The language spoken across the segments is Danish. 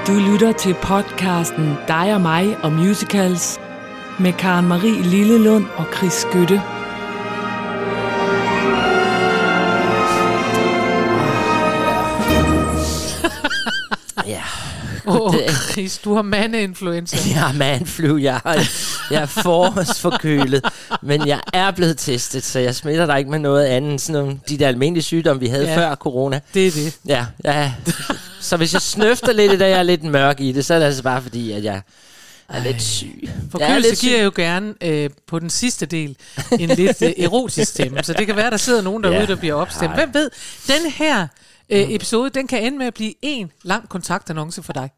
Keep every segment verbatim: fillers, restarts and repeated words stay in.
Du lytter til podcasten Dig og mig og musicals med Karen Marie Lillelund og Chris Skytte. Ja. Åh, oh, Chris, du har mandeinfluenza. Jeg er manflu, jeg er, jeg er forårsforkølet, men jeg er blevet testet, så jeg smitter dig ikke med noget andet end sådan nogle, de der almindelige sygdomme, vi havde ja, før corona. Det er det. Ja, ja. Så hvis jeg snøfter lidt i det, jeg er lidt mørk i det, så er det altså bare fordi, at jeg er lidt syg. Forkølelse giver jeg jo gerne øh, på den sidste del en lidt øh, erotisk stemme, så det kan være, der sidder nogen derude, ja, der bliver opstemt. Hvem ved, den her øh, episode, den kan ende med at blive en lang kontaktannonce for dig.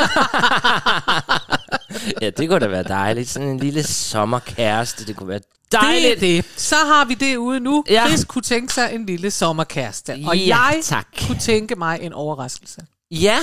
Ja, det kunne da være dejligt. Sådan en lille sommerkæreste, det kunne være dejligt. Det er det. Så har vi det ude nu. Ja. Chris kunne tænke sig en lille sommerkæreste, og ja, jeg tak. kunne tænke mig en overraskelse. Ja,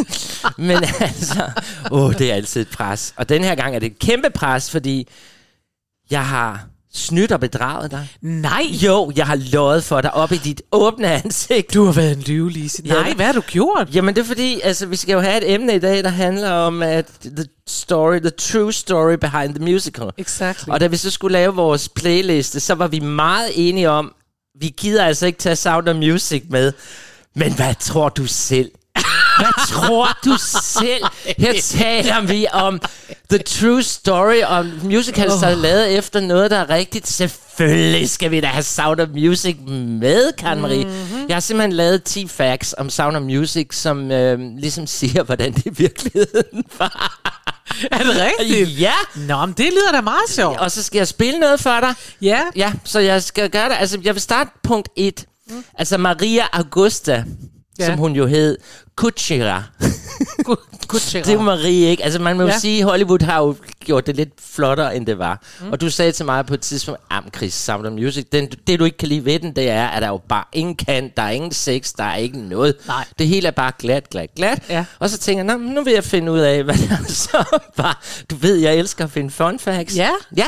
men altså, åh, det er altid et pres. Og den her gang er det et kæmpe pres, fordi jeg har snydt og bedraget dig. Nej. Jo, jeg har løjet for dig op i dit åbne ansigt. Du har været en lyvelise. Nej, ja. Hvad har du gjort? Jamen det er fordi, altså vi skal jo have et emne i dag, der handler om at the story, the true story behind the musical. Exactly. Og da vi så skulle lave vores playliste, så var vi meget enige om, vi gider altså ikke tage Sound of Music med. Men hvad tror du selv? Hvad tror du selv? Her taler vi om the true story, om musicals, der er lavet efter noget, der er rigtigt. Selvfølgelig skal vi da have Sound of Music med, Karen Marie. Mm-hmm. Jeg har simpelthen lavet ti facts om Sound of Music, som øh, ligesom siger, hvordan det i virkeligheden var. Er det rigtigt? Ja. Nå, men det lyder da meget sjovt. Og så skal jeg spille noget for dig. Ja. Ja, så jeg skal gøre det. Altså, jeg vil starte punkt et. Mm. Altså, Maria Augusta, ja, som hun jo hed, Kuchera. Kuchera. Det er Marie, ikke? Altså, man må ja. jo sige, Hollywood har jo gjort det lidt flottere, end det var. Mm. Og du sagde til mig på et tidspunkt, ah, Chris, Sound of Music, den, det du ikke kan lide ved den, det er, at der er jo bare ingen kant, der er ingen sex, der er ikke noget. Nej. Det hele er bare glat, glat, glat. Ja. Og så tænker jeg, nu vil jeg finde ud af, hvad der så var. Du ved, jeg elsker at finde fun facts. Ja. Ja.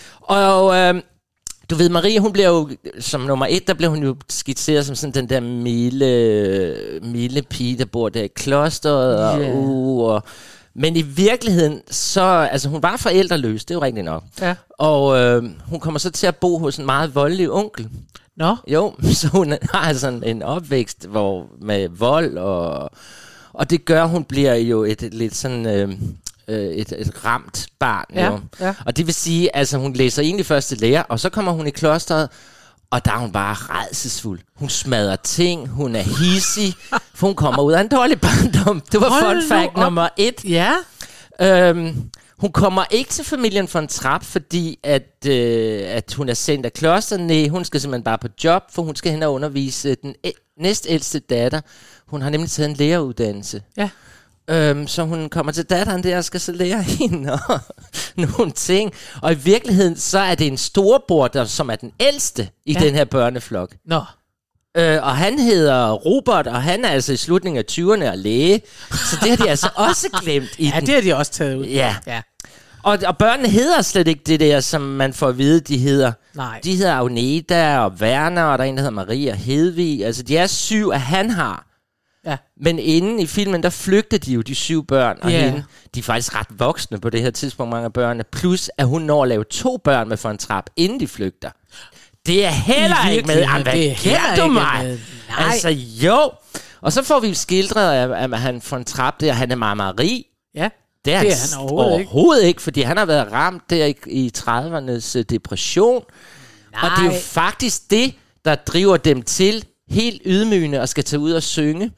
Og øh, du ved, Marie, hun bliver jo, som nummer et, der bliver hun jo skitseret som sådan den der milde, milde pige, der bor der i klosteret. Og, yeah. uh, og, men i virkeligheden, så, altså hun var forældreløs, det er jo rigtigt nok. Ja. Og øh, hun kommer så til at bo hos en meget voldelig onkel. Nå? Jo, så hun har altså en, en opvækst hvor, med vold, og, og det gør, hun bliver jo et, et lidt sådan... Øh, Et, et ramt barn, ja, jo. Ja. Og det vil sige, altså hun læser egentlig først til lærer, og så kommer hun i klosteret, og der er hun bare rædselsfuld. Hun smadrer ting, hun er hissig, for hun kommer ud af en dårlig barndom. Det var fun fact nummer et. Ja. Øhm, hun kommer ikke til familien for en trap, fordi at, øh, at hun er sendt af klosteret. Nej, hun skal simpelthen bare på job, for hun skal hen og undervise den næstældste datter. Hun har nemlig taget en læreruddannelse. Ja. Øhm, så hun kommer til datteren der og skal så lære hende og nogle ting. Og i virkeligheden, så er det en storebror, der, som er den ældste i ja. den her børneflok. Nå. Øh, og han hedder Robert, og han er altså i slutningen af tyverne og læge. Så det har de altså også glemt i ja, den. det har de også taget ud. Ja. ja. Og, og børnene hedder slet ikke det der, som man får at vide, de hedder. Nej. De hedder Agneta og Werner, og der er en, der hedder Maria Hedvig. Altså, de er syv, at han har. Ja. Men inden i filmen, der flygter de jo, de syv børn, og yeah. hende, de er faktisk ret voksne på det her tidspunkt, mange af børnene, plus at hun når at lave to børn med for en trap, inden de flygter. Det er heller ikke med. Jamen, hvad kender du mig? Altså, jo. Og så får vi skildret, at, at han får en trap der, han er meget, meget rig. Ja. Det er, det er han, han overhovedet, overhovedet ikke. ikke, fordi han har været ramt der i, i tredivernes uh, depression. Nej. Og det er jo faktisk det, der driver dem til helt ydmygende og skal tage ud og synge.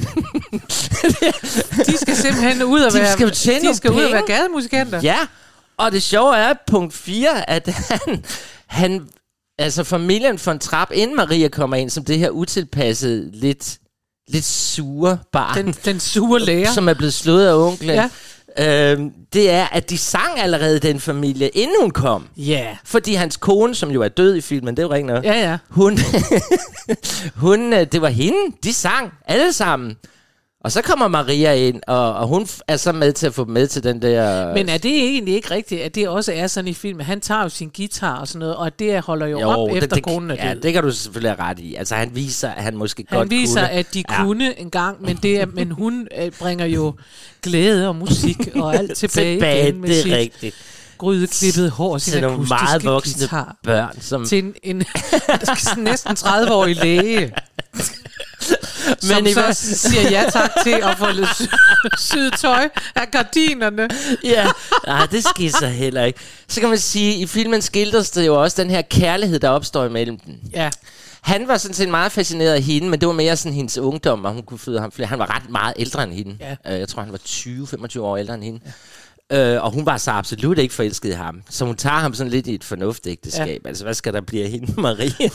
De skal simpelthen ud og være, de skal, de skal ud og være gademusikanter. Ja, og det sjove er, punkt fire, at han, han altså familien von Trapp, inden Maria kommer ind, som det her utilpassede, lidt, lidt sure barn. Den, den sure lærer. Som er blevet slået af onklen. Ja. Øhm, det er, at de sang allerede den familie, inden hun kom. Ja. Yeah. Fordi hans kone, som jo er død i filmen, det er jo rigtig noget. Ja, ja. Hun, hun, det var hende, de sang alle sammen. Og så kommer Maria ind, og, og hun er så med til at få med til den der... Men er det egentlig ikke rigtigt, at det også er sådan i filmen? Han tager jo sin guitar og sådan noget, og det holder jo, jo op det, efter det, konen er ja, død. det kan du selvfølgelig have ret i. Altså han viser, at han måske han godt kunne. Han viser, at de ja. kunne en gang, men, det er, men hun bringer jo glæde og musik og alt tilbage, tilbage igen med det er sit rigtigt. grydeklippet hår, til nogle meget voksne guitar. børn. Som... Til en, en næsten tredive-årig læge. Men som så siger ja tak til at få lidt syet tøj af gardinerne. Ja, nej, det sker så heller ikke. Så kan man sige, i filmen skildres det jo også den her kærlighed, der opstår imellem dem. Ja. Han var sådan set meget fascineret af hende, men det var mere sådan hendes ungdom, og hun kunne føde ham flere. Han var ret meget ældre end hende. Ja. Jeg tror, han var tyve til femogtyve år ældre end hende. Ja. Øh, og hun var så absolut ikke forelsket i ham. Så hun tager ham sådan lidt i et fornuftægteskab. Ja. Altså, hvad skal der blive af hende, Marie?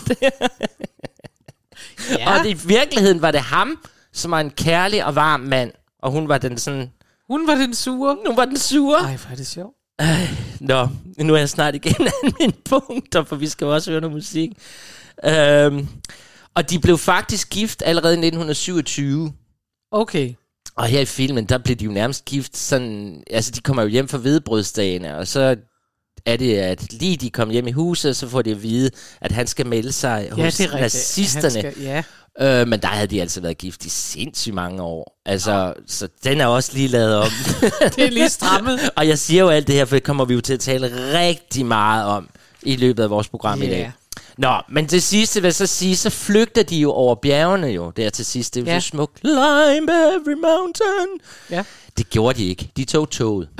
Ja. Og i virkeligheden var det ham, som var en kærlig og varm mand. Og hun var den sådan... Hun var den sure. Hun var den sure. Ej, hvor er det sjovt. Øh, nå, nu er jeg snart igen af mine punkter, for vi skal jo også høre noget musik. Øhm, og de blev faktisk gift allerede i nitten syvogtyve. Okay. Og her i filmen, der blev de jo nærmest gift sådan... Altså, de kommer jo hjem fra hvedebrødsdagene, og så... er det, at lige de kom hjem i huset, så får de at vide, at han skal melde sig ja, hos nazisterne. Skal, ja. øh, men der havde de altså været gift i sindssygt mange år. Altså, oh. Så den er også lige lavet om. Det er lige strammet. Og jeg siger jo alt det her, for det kommer vi jo til at tale rigtig meget om i løbet af vores program yeah. i dag. Nå, men det sidste vil jeg så sige, så flygter de jo over bjergene jo, der til sidst. Det er jo ja. så smukt. Climb every mountain. Ja. Det gjorde de ikke. De tog toget.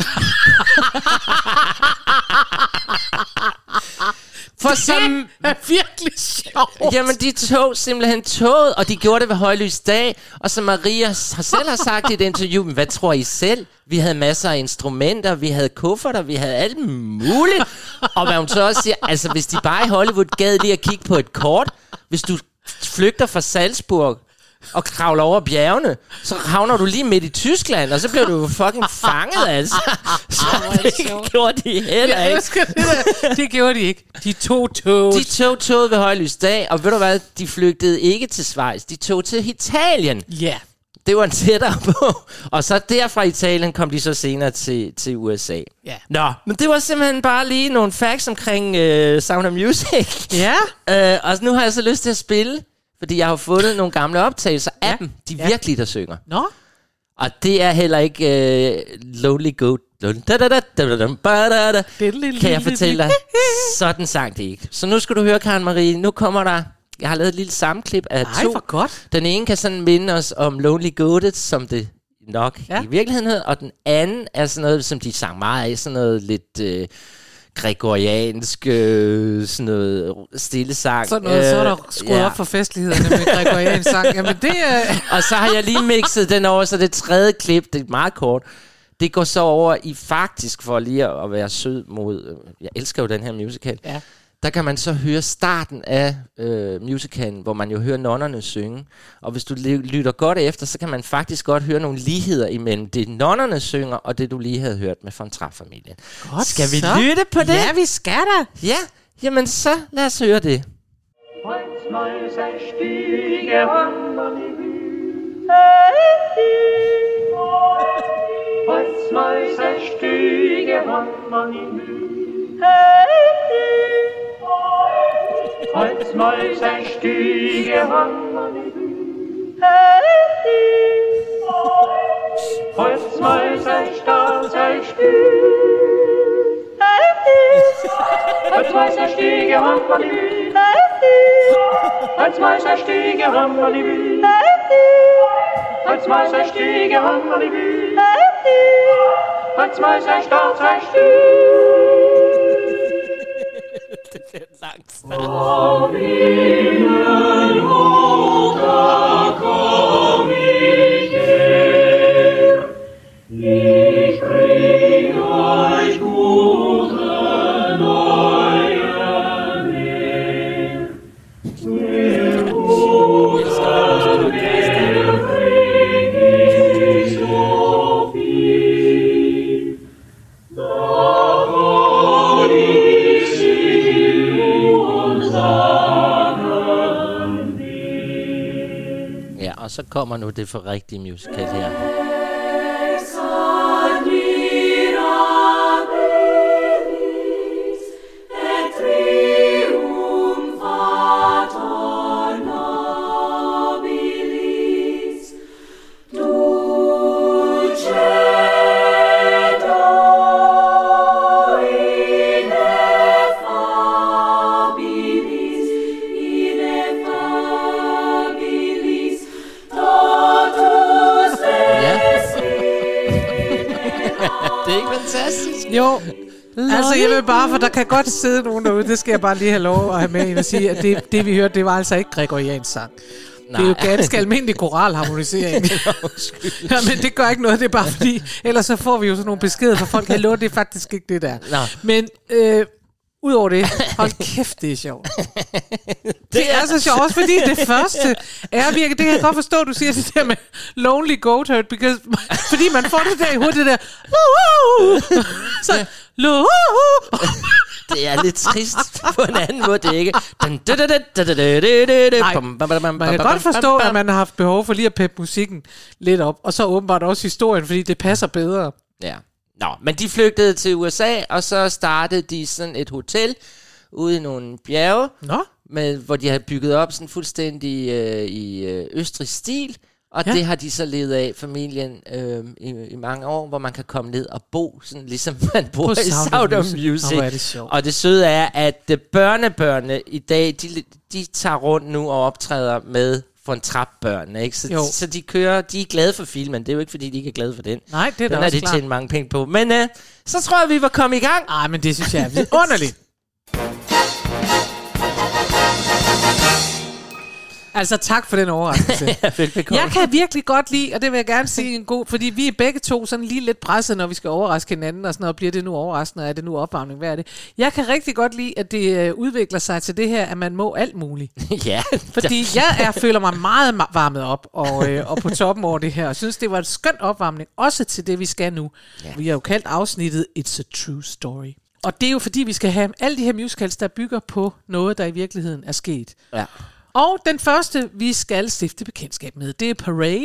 For som er virkelig sjovt. Jamen, de tog simpelthen toget, og de gjorde det ved højlys dag. Og som Maria har selv har sagt i et interview, hvad tror I selv? Vi havde masser af instrumenter, vi havde kufferter, vi havde alt muligt. Og hvad hun så også siger, altså hvis de bare i Hollywood gad lige at kigge på et kort, hvis du flygter fra Salzburg og kravler over bjergene, så havner du lige midt i Tyskland, og så bliver du fucking fanget, altså. Så det gjorde de heller ikke. Det, det gjorde de ikke. De tog toget. De tog toget ved højlys dag, og ved du hvad, de flygtede ikke til Schweiz, de tog til Italien. Ja. Yeah. Det var en tættere på. Og så derfra Italien kom de så senere til, til U S A. Ja. Yeah. Nå, men det var simpelthen bare lige nogle facts omkring uh, Sound of Music. Ja. Yeah. Uh, og nu har jeg så lyst til at spille, fordi jeg har fundet nogle gamle optagelser af ja. dem. De ja. virkelig, der synger. Nå. Og det er heller ikke uh, Lonely Goat. Kan jeg fortælle dig? Sådan sang det ikke. Så nu skal du høre, Karen Marie. Nu kommer der... Jeg har lavet et lille sammenklip af Ej, to. hvor godt. Den ene kan sådan minde os om Lonely Goated, som det nok ja. i virkeligheden hed. Og den anden er sådan noget, som de sang meget af. Sådan noget lidt... Øh, gregoriansk, øh, sådan noget stille sang. Sådan noget, øh, så er der skruet ja. op for festlighederne med gregoriansk sang. Jamen det er... Og så har jeg lige mixet den over, så det tredje klip, det er meget kort, det går så over i faktisk, for lige at være sød mod... Jeg elsker jo den her musical. Ja. Der kan man så høre starten af øh, musicalen, hvor man jo hører nonnerne synge. Og hvis du lytter godt efter, så kan man faktisk godt høre nogle ligheder imellem det nonnerne synger, og det du lige havde hørt med von Trapp-familien. Godt, skal vi så. lytte på det? Ja, vi skal da. Ja, jamen så lad os høre det. Als Mäuse stiege als Mäuse starrt sei still, als Mäuse stiege als Mäuse stiege als Mäuse stiege als Mäuse starrt sei still. Komm ihnen hoch, da komm ich her. Ich bring euch gute neue Meer. Der gute Meer bring ich so viel. Doch und ich sie und sagen Og så kommer nu det for rigtige musical her. Jo, altså jeg vil bare, for der kan godt sidde nogen derude, det skal jeg bare lige have lov at have med ind og sige, at det, det vi hørte, det var altså ikke gregoriansk sang. Nej. Det er jo ganske almindelig koralharmonisering. Ja, men det gør ikke noget, det er bare fordi, ellers så får vi jo sådan nogle beskeder fra folk, hallo, det er faktisk ikke det der. Nå. Men øh, udover det, hold kæft, det er sjovt. Det, det er så sjovt, også fordi det første er virkelig, det kan jeg godt forstå, du siger det der med lonely goat herd, because, fordi man får det der i hovedet, det der, så, det er lidt trist på en anden måde, det er ikke. Nej, man kan godt forstå, at man har haft behov for lige at peppe musikken lidt op, og så åbenbart også historien, fordi det passer bedre. Ja. Nå, men de flygtede til U S A, og så startede de sådan et hotel ude i nogle bjerge, Nå? Med, hvor de havde bygget op sådan fuldstændig øh, i øh, østrigsk stil, og ja. Det har de så levet af, familien, øh, i, i mange år, hvor man kan komme ned og bo, sådan ligesom man bor på i Sound of Music. Music. Oh, er det sjovt. Og det søde er, at uh, børnebørnene i dag, de, de tager rundt nu og optræder med von Trapp-børnene, ikke? Så, så de kører, de er glade for filmen. Det er jo ikke, fordi de ikke er glade for den. Nej, det er den da også de tjent mange penge på. Men uh, så tror jeg, vi var kommet i gang. Ej, men det synes jeg er underligt. Altså tak for den overraskelse. Jeg kan virkelig godt lide, og det vil jeg gerne sige en god, fordi vi er begge to sådan lige lidt presset, når vi skal overraske hinanden, og sådan noget, bliver det nu overraskende, og er det nu opvarmning, hvad er det? Jeg kan rigtig godt lide, at det øh, udvikler sig til det her, at man må alt muligt. Ja. Fordi jeg er, føler mig meget varmet op, og, øh, og på toppen over det her, og synes, det var et skønt opvarmning, også til det, vi skal nu. Ja. Vi har jo kaldt afsnittet It's a True Story. Og det er jo fordi, vi skal have alle de her musicals, der bygger på noget, der i virkeligheden er sket. Ja. Og den første, vi skal stifte bekendtskab med, det er Parade,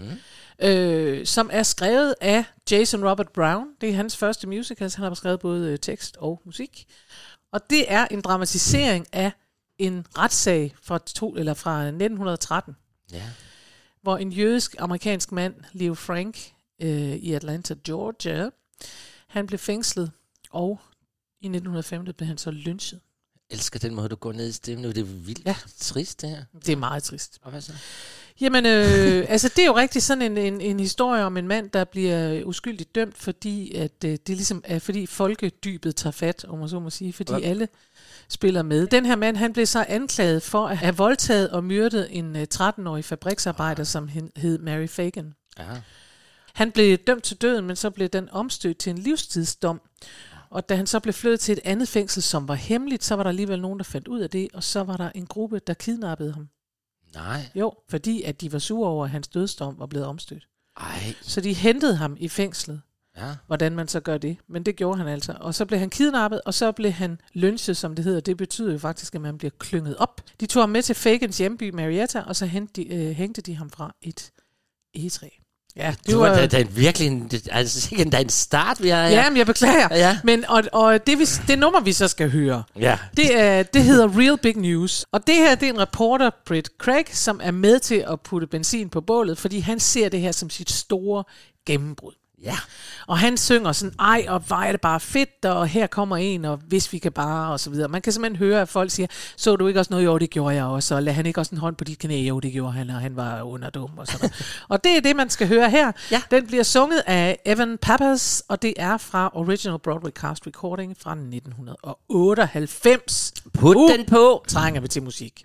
mm. øh, som er skrevet af Jason Robert Brown. Det er hans første musical, han har skrevet både tekst og musik. Og det er en dramatisering af en retssag fra, to, eller fra nitten tretten, yeah. hvor en jødisk-amerikansk mand, Leo Frank, øh, i Atlanta, Georgia, han blev fængslet, og i nitten femten blev han så lynchet. Jeg elsker den måde, du går ned i stemmen. Det er vildt ja. trist, det her. Det er meget trist. Og hvad så? Jamen, øh, altså det er jo rigtig sådan en, en, en historie om en mand, der bliver uskyldigt dømt, fordi at øh, det ligesom er, fordi folkedybet tager fat, om man så må sige, fordi ja. alle spiller med. Den her mand, han blev så anklaget for at have voldtaget og myrdet en uh, tretten-årig fabriksarbejder, som hed Mary Fagan. Aha. Han blev dømt til døden, men så blev den omstødt til en livstidsdom. Og da han så blev flyttet til et andet fængsel, som var hemmeligt, så var der alligevel nogen, der fandt ud af det, og så var der en gruppe, der kidnappede ham. Nej. Jo, fordi at de var sure over, at hans dødsdom var blevet omstødt. Ej. Så de hentede ham i fængslet. Ja. Hvordan man så gør det. Men det gjorde han altså. Og så blev han kidnappet, og så blev han lynchet, som det hedder. Det betyder jo faktisk, at man bliver klynget op. De tog ham med til Fagans hjemby, Marietta, og så hængte de, øh, hængte de ham fra et egetræ. Ja, det var da, da virkelig en, altså ikke en, en start, vi har her. Ja, men jeg beklager. Ja. Men, og, og det, vi, det nummer, vi så skal høre, ja. det, er, det hedder Real Big News. Og det her, det er en reporter, Britt Craig, som er med til at putte benzin på bålet, fordi han ser det her som sit store gennembrud. Ja. Og han synger sådan, ej, og hvor er det bare fedt, og her kommer en, og hvis vi kan bare, og så videre. Man kan simpelthen høre, at folk siger, så du ikke også noget? Jo, det gjorde jeg også, og lad han ikke også en hånd på dit knæ? Jo, det gjorde han, og han var underdum, og sådan og det er det, man skal høre her. Ja. Den bliver sunget af Evan Pappas, og det er fra Original Broadway Cast Recording fra nitten otteoghalvfems. Put uh, den på! Trænger vi til musik.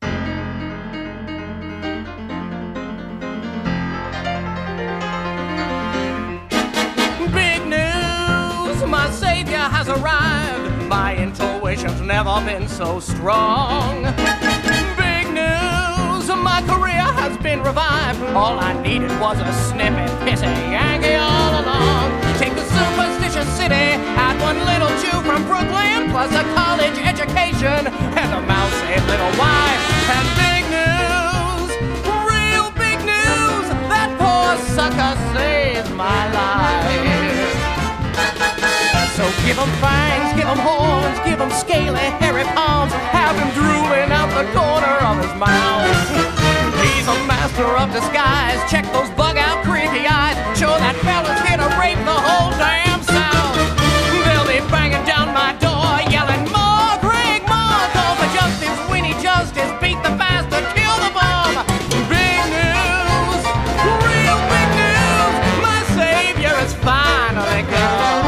My savior has arrived. My intuition's never been so strong. Big news, my career has been revived. All I needed was a snippet, pissing Yankee all along. Take the superstitious city, add one little Jew from Brooklyn, plus a college education, and a mouse-shaped little wife. And big news, real big news. give him scaly, hairy palms, have him drooling out the corner of his mouth. He's a master of disguise, check those bug-out creepy eyes, sure that fella's here to rape the whole damn South. They'll be banging down my door, yelling, more Greg, more, call for justice, Winnie Justice, beat the bastard, kill the bum. Big news, real big news, my savior is finally gone.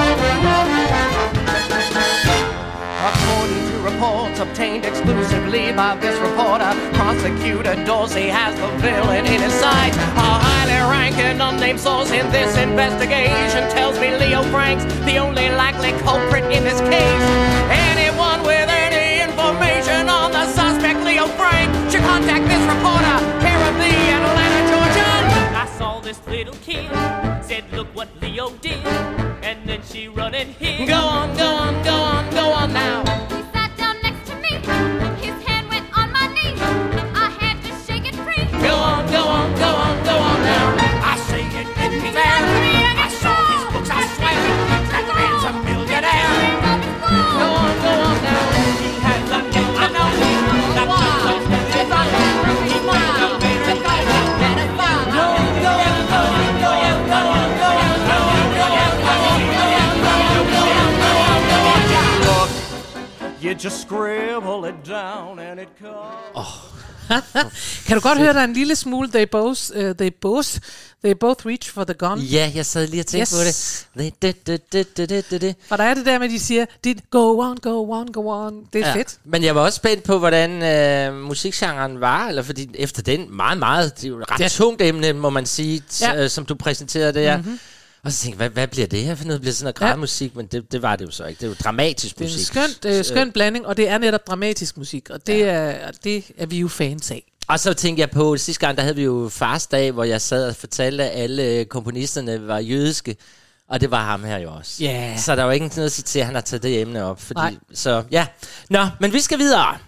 According to reports obtained exclusively by this reporter, Prosecutor Dorsey has the villain in his sight. A highly ranking unnamed source in this investigation tells me Leo Frank's the only likely culprit in this case. Anyone with any information on the suspect, Leo Frank, should contact this reporter here of the Atlanta, Georgia. I saw this little kid, said look what Leo did, and then she run and hid. Go on, go on, go on, go on now. He sat down next to me, his hand went on my knee, I had to shake it free. Go on, go on, go on, go on now. I say it didn't be fair. I saw his books, I swear. That man's a millionaire. Go on, go on now. He had London, I know. That was a millionaire. He went to America. Go on, go on, go on, go on, go on, go on, go on, go on, go on, go on, go on, go on, go on, go on, go on. Look, you just scribble it down and it comes. Kan du godt høre, der er en lille smule, they both, uh, they both, they both reach for the gun? Ja, jeg sad lige og tænkte Yes. på det. Det, det, det, det, det, det, det. For der er det der med, at de siger, det go on, go on, go on. Det er ja. fedt. Men jeg var også spændt på, hvordan øh, musikgenren var, eller fordi efter den meget, meget, det er jo et ret Ja. tungt emne, må man sige, t- Ja. øh, som du præsenterede det her. Mhm. Og så tænkte jeg, hvad, hvad bliver det her for noget? Bliver det sådan noget grædmusik? Men det, det var det jo så ikke. Det er jo dramatisk Det er en musik. skønt, øh, skøn blanding, og det er netop dramatisk musik, og det, ja. er, det er vi jo fans af. Og så tænkte jeg på, sidste gang, der havde vi jo Fars Dag, hvor jeg sad og fortalte, at alle komponisterne var jødiske. Og det var ham her jo også. Yeah. Så der var ikke noget at sige til, at han har taget det emne op. Fordi, så ja. Nå, men vi skal videre.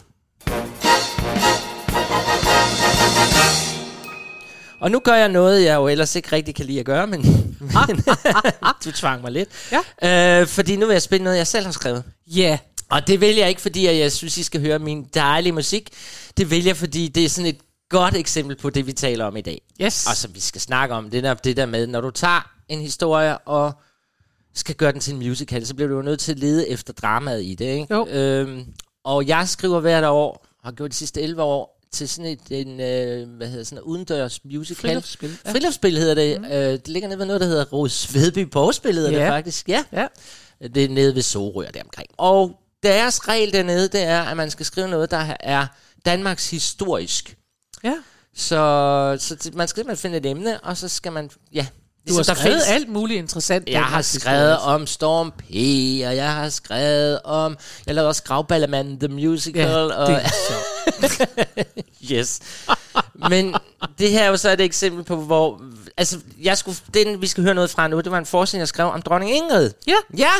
Og nu gør jeg noget, jeg jo ellers ikke rigtig kan lide at gøre, men, men du tvang mig lidt. Ja. Øh, fordi nu vil jeg spille noget, jeg selv har skrevet. Ja. Yeah. Og det vælger jeg ikke, fordi jeg synes, I skal høre min dejlige musik. Det vælger jeg, fordi det er sådan et godt eksempel på det, vi taler om i dag. Yes. Og som vi skal snakke om, det er det der med, når du tager en historie og skal gøre den til en musical, så bliver du jo nødt til at lede efter dramaet i det, ikke? Jo. Øhm, og jeg skriver hvert år, har gjort de sidste elleve år, til sådan et en, øh, hvad hedder sådan et udendørs musical. Friluftsspil. Ja. Friluftsspil hedder det. Mm. Øh, det ligger nede ved noget, der hedder Rose Vedby Borgspil, hedder Ja. det faktisk. Ja. Ja. Det er nede ved Sorø og deromkring. Og deres regel dernede, det er, at man skal skrive noget, der er Danmarks historisk. Ja. Så, så t- man skal simpelthen finde et emne, og så skal man, ja... Du har der skrevet findes- alt muligt interessant. Jeg har skrevet om Storm P, og jeg har skrevet om... Jeg lavede også Gravballemanden, The Musical. Ja, og det er sjovt. yes. Men det her er jo så et eksempel på, hvor... Altså, jeg skulle, den, vi skal høre noget fra nu, det var en forskning, jeg skrev om dronning Ingrid. Ja. Ja!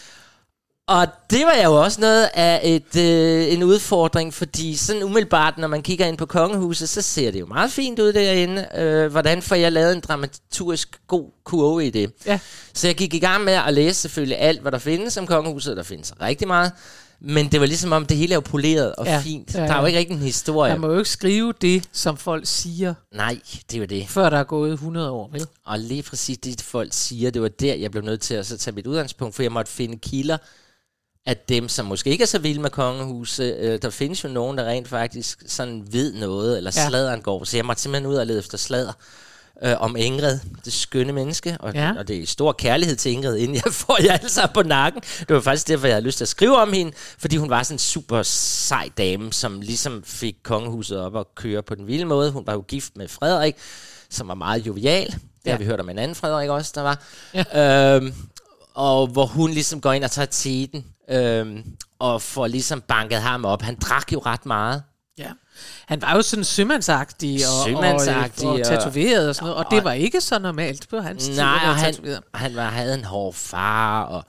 Og det var jo også noget af et, øh, en udfordring, fordi sådan umiddelbart, når man kigger ind på kongehuset, så ser det jo meget fint ud derinde. Øh, hvordan får jeg lavet en dramaturgisk god kurve i det? Ja. Så jeg gik i gang med at læse selvfølgelig alt, hvad der findes om kongehuset. Der findes rigtig meget. Men det var ligesom om, det hele er jo poleret og Ja. fint. Ja, ja. Der er jo ikke rigtig en historie. Man må jo ikke skrive det, som folk siger, Nej, det er jo det. før der er gået hundrede år, vel? Og lige præcis det, folk siger, det var der, jeg blev nødt til at så tage mit udgangspunkt, for jeg måtte finde kilder af dem, som måske ikke er så vilde med kongehuset. Øh, der findes jo nogen, der rent faktisk sådan ved noget, eller Ja. sladeren går. Så jeg måtte simpelthen ud og lede efter sladder øh, om Ingrid, det skønne menneske. Og, Ja. og det er stor kærlighed til Ingrid, inden jeg får jer alle sammen på nakken. Det var faktisk derfor, jeg havde lyst til at skrive om hende, fordi hun var sådan en super sej dame, som ligesom fik kongehuset op og køre på den vilde måde. Hun var jo gift med Frederik, som var meget jovial. Det Ja. har vi hørt om en anden Frederik også, der var. Ja. Øhm, og hvor hun ligesom går ind og tager teten, øhm, og får ligesom banket ham op. Han drak jo ret meget. Ja. Han var jo sådan sømandsagtig og, Sømandsagtig og, og, og- tatoveret og sådan noget, og det var ikke så normalt på hans tid. Nej, at være og han, tatoveret. han var, havde en hård far, og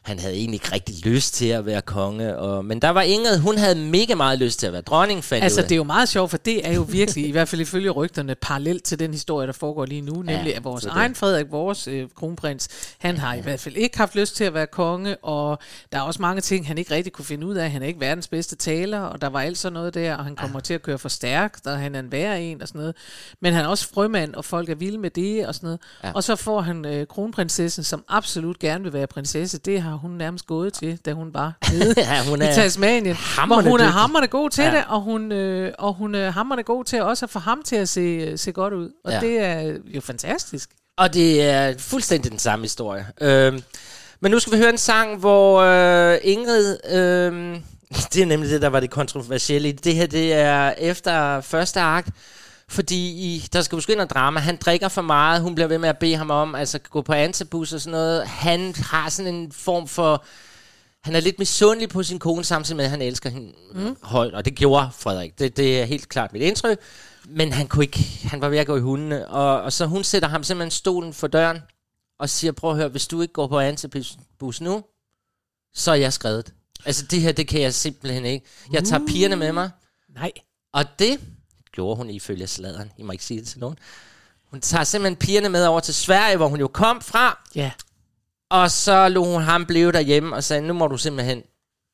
han havde egentlig ikke rigtig lyst til at være konge. Og, men der var Ingrid, hun havde mega meget lyst til at være dronning, fandt Altså, ud af. det er jo meget sjovt, for det er jo virkelig, i hvert fald ifølge rygterne, parallelt til den historie, der foregår lige nu, nemlig Ja, at vores så det- egen Frederik, vores øh, kronprins, han har i hvert fald ikke haft lyst til at være konge, og der er også mange ting, han ikke rigtig kunne finde ud af. Han er ikke verdens bedste taler, og der var alt sådan noget der, og han kommer til at køre for stærkt, og han er en værre en, og sådan noget. Men han er også frømand, og folk er vilde med det, og sådan noget. Ja. Og så får han øh, kronprinsessen, som absolut gerne vil være prinsesse. Det har hun nærmest gået til, da hun var nede Ja, hun i er Tasmanien, hvor hamrende hun er dygtig. hamrende god til Ja. det, og hun, øh, og hun er hamrende god til også at få ham til at se, se godt ud. Og Ja. det er jo fantastisk. Og det er fuldstændig den samme historie. Øhm, men nu skal vi høre en sang, hvor øh, Ingrid... Øh, det er nemlig det, der var det kontroversielle i det. Det her, det er efter første akt, fordi i, der skal måske noget drama. Han drikker for meget. Hun bliver ved med at bede ham om altså gå på antabus og sådan noget. Han har sådan en form for... Han er lidt misundelig på sin kone, samtidig med, at han elsker hende mm. højt. Og det gjorde Frederik. Det, det er helt klart mit indtryk. Men han kunne ikke... Han var ved at gå i hundene. Og, og så hun sætter ham simpelthen stolen for døren og siger, prøv at høre, hvis du ikke går på antabus nu, så er jeg skredet. Altså det her, det kan jeg simpelthen ikke. Jeg tager pigerne med mig. Nej. Og det gjorde hun ifølge sladeren. I må ikke sige det til nogen. Hun tager simpelthen pigerne med over til Sverige, hvor hun jo kom fra. Ja. Og så lå hun ham blive derhjemme og sagde, nu må du simpelthen,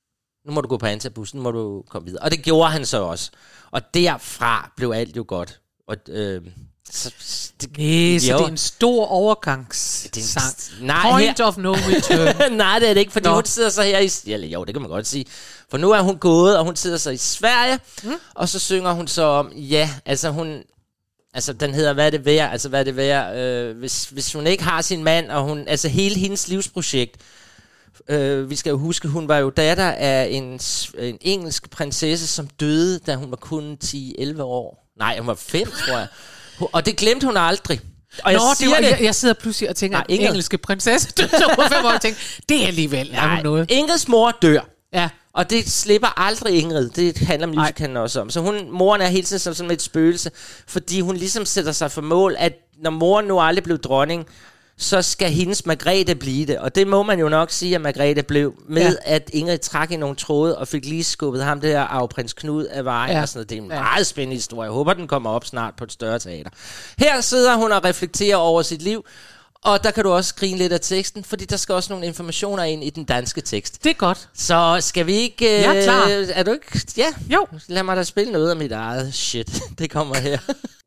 nu må du gå på antabus, nu må du komme videre. Og det gjorde han så også. Og derfra blev alt jo godt. Og øh, så, det, Næh, så jo. det er en stor overgangssang. Nej, Point her- of no return. Nej, det er det ikke, fordi Nå. hun sidder så her i... Eller jo, det kan man godt sige. For nu er hun gået, og hun sidder så i Sverige, mm. og så synger hun så om, ja, altså hun... Altså, den hedder, hvad er det værd? Altså, hvad er det værd? Øh, hvis, hvis hun ikke har sin mand, og hun... Altså, hele hendes livsprojekt... Øh, vi skal jo huske, hun var jo datter af en, s- en engelsk prinsesse, som døde, da hun var kun ti elleve år. Nej, hun var fem, tror jeg. Hun- Og det glemte hun aldrig. Og jeg Nå, det siger var, det... jeg, jeg sidder pludselig og tænker, Nej, at den Ingrid. engelske prinsesse døde over fem år, og tænker, det er alligevel er hun noget. Ingrids mor dør. Ja. Og det slipper aldrig Ingrid. Det handler Nej. musicalen også om. Så hun, moren er hele tiden som sådan et spøgelse, fordi hun ligesom sætter sig for mål, at når moren nu aldrig blev dronning, så skal hendes Margrethe blive det. Og det må man jo nok sige, at Margrethe blev, med Ja. at Ingrid trak i nogle tråde, og fik lige skubbet ham der arveprins Knud af vejen. Ja. Og sådan noget. Det er en Ja. meget spændende historie. Jeg håber, den kommer op snart på et større teater. Her sidder hun og reflekterer over sit liv, og der kan du også grine lidt af teksten, fordi der skal også nogle informationer ind i den danske tekst. Det er godt. Så skal vi ikke... Jeg er klar. Øh, er du ikke... Ja. Jo. Lad mig da spille noget af mit eget shit. Det kommer her.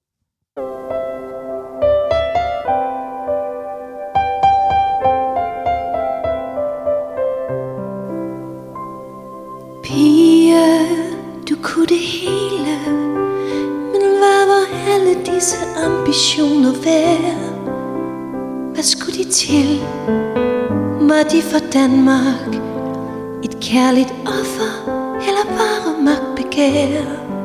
Pige, du kunne det hele, men hvad var alle disse ambitioner værd? Hvad skulle de til? Var de for Danmark et kærligt offer, eller bare magtbegær?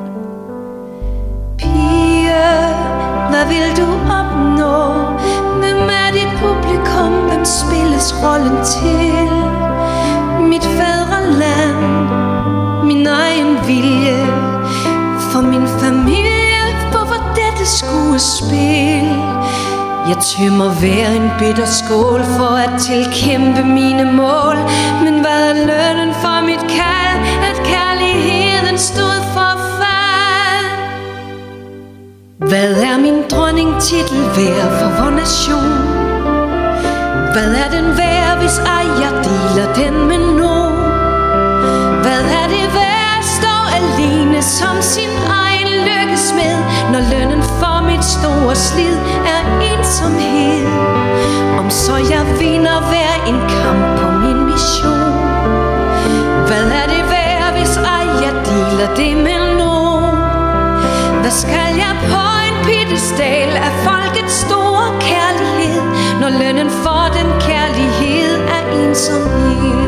Pige, hvad vil du opnå? Hvem er dit publikum? Hvem spilles rollen til? Mit fædreland, min egen vilje, for min familie, hvorfor dette skuespil? Jeg tømmer hver en bitter skål for at tilkæmpe mine mål. Men hvad er lønnen for mit kald? At kærligheden stod for fald. Hvad er min dronningtitel værd for vor nation? Hvad er den værd, hvis ej jeg deler den med nogen? Hvad er det værd at stå alene som sin egen lykkesmed, når lønnen for mit store slid er ensomhed? Om så jeg vinder hver en kamp på min mission. Hvad er det værd, hvis ej jeg deler det med nogen? Hvad skal jeg på en piedestal af folkets store kærlighed, når lønnen for den kærlighed er ensomhed?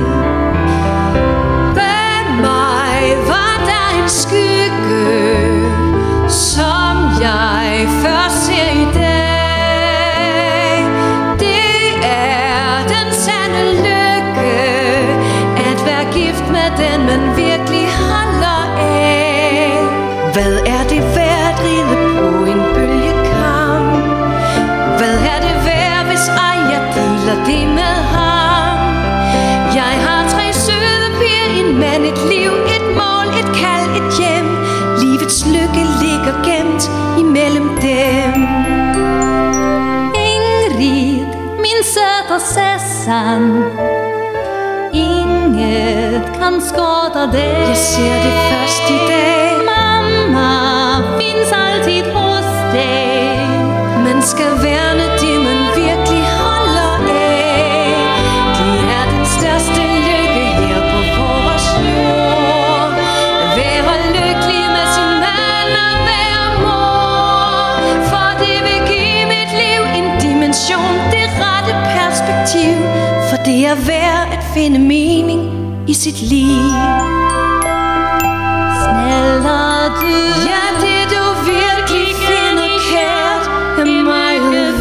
Bag mig var der en skygge, som jeg først ser i dag. Det er den sande lykke, at være gift med den man virkelig holder af. Hvad er det værd at ride på en bølgekam? Hvad er det værd, hvis ej jeg deler det med ham? Jeg lykke ligger gemt imellem dem. Ingrid, min søde Sessan, inget kan skade dig. Jeg ser det først i dag. Mamma findes altid hos dig. Man skal værne det, man virkelig holder af. Det er den største lykke her på vores jord. Være lykkelig med sin mand og være mor. For det vil give mit liv en dimension, det rette perspektiv. For det er værd at finde mening i sit liv. Snæller du, ja, det du virkelig finder kært er mig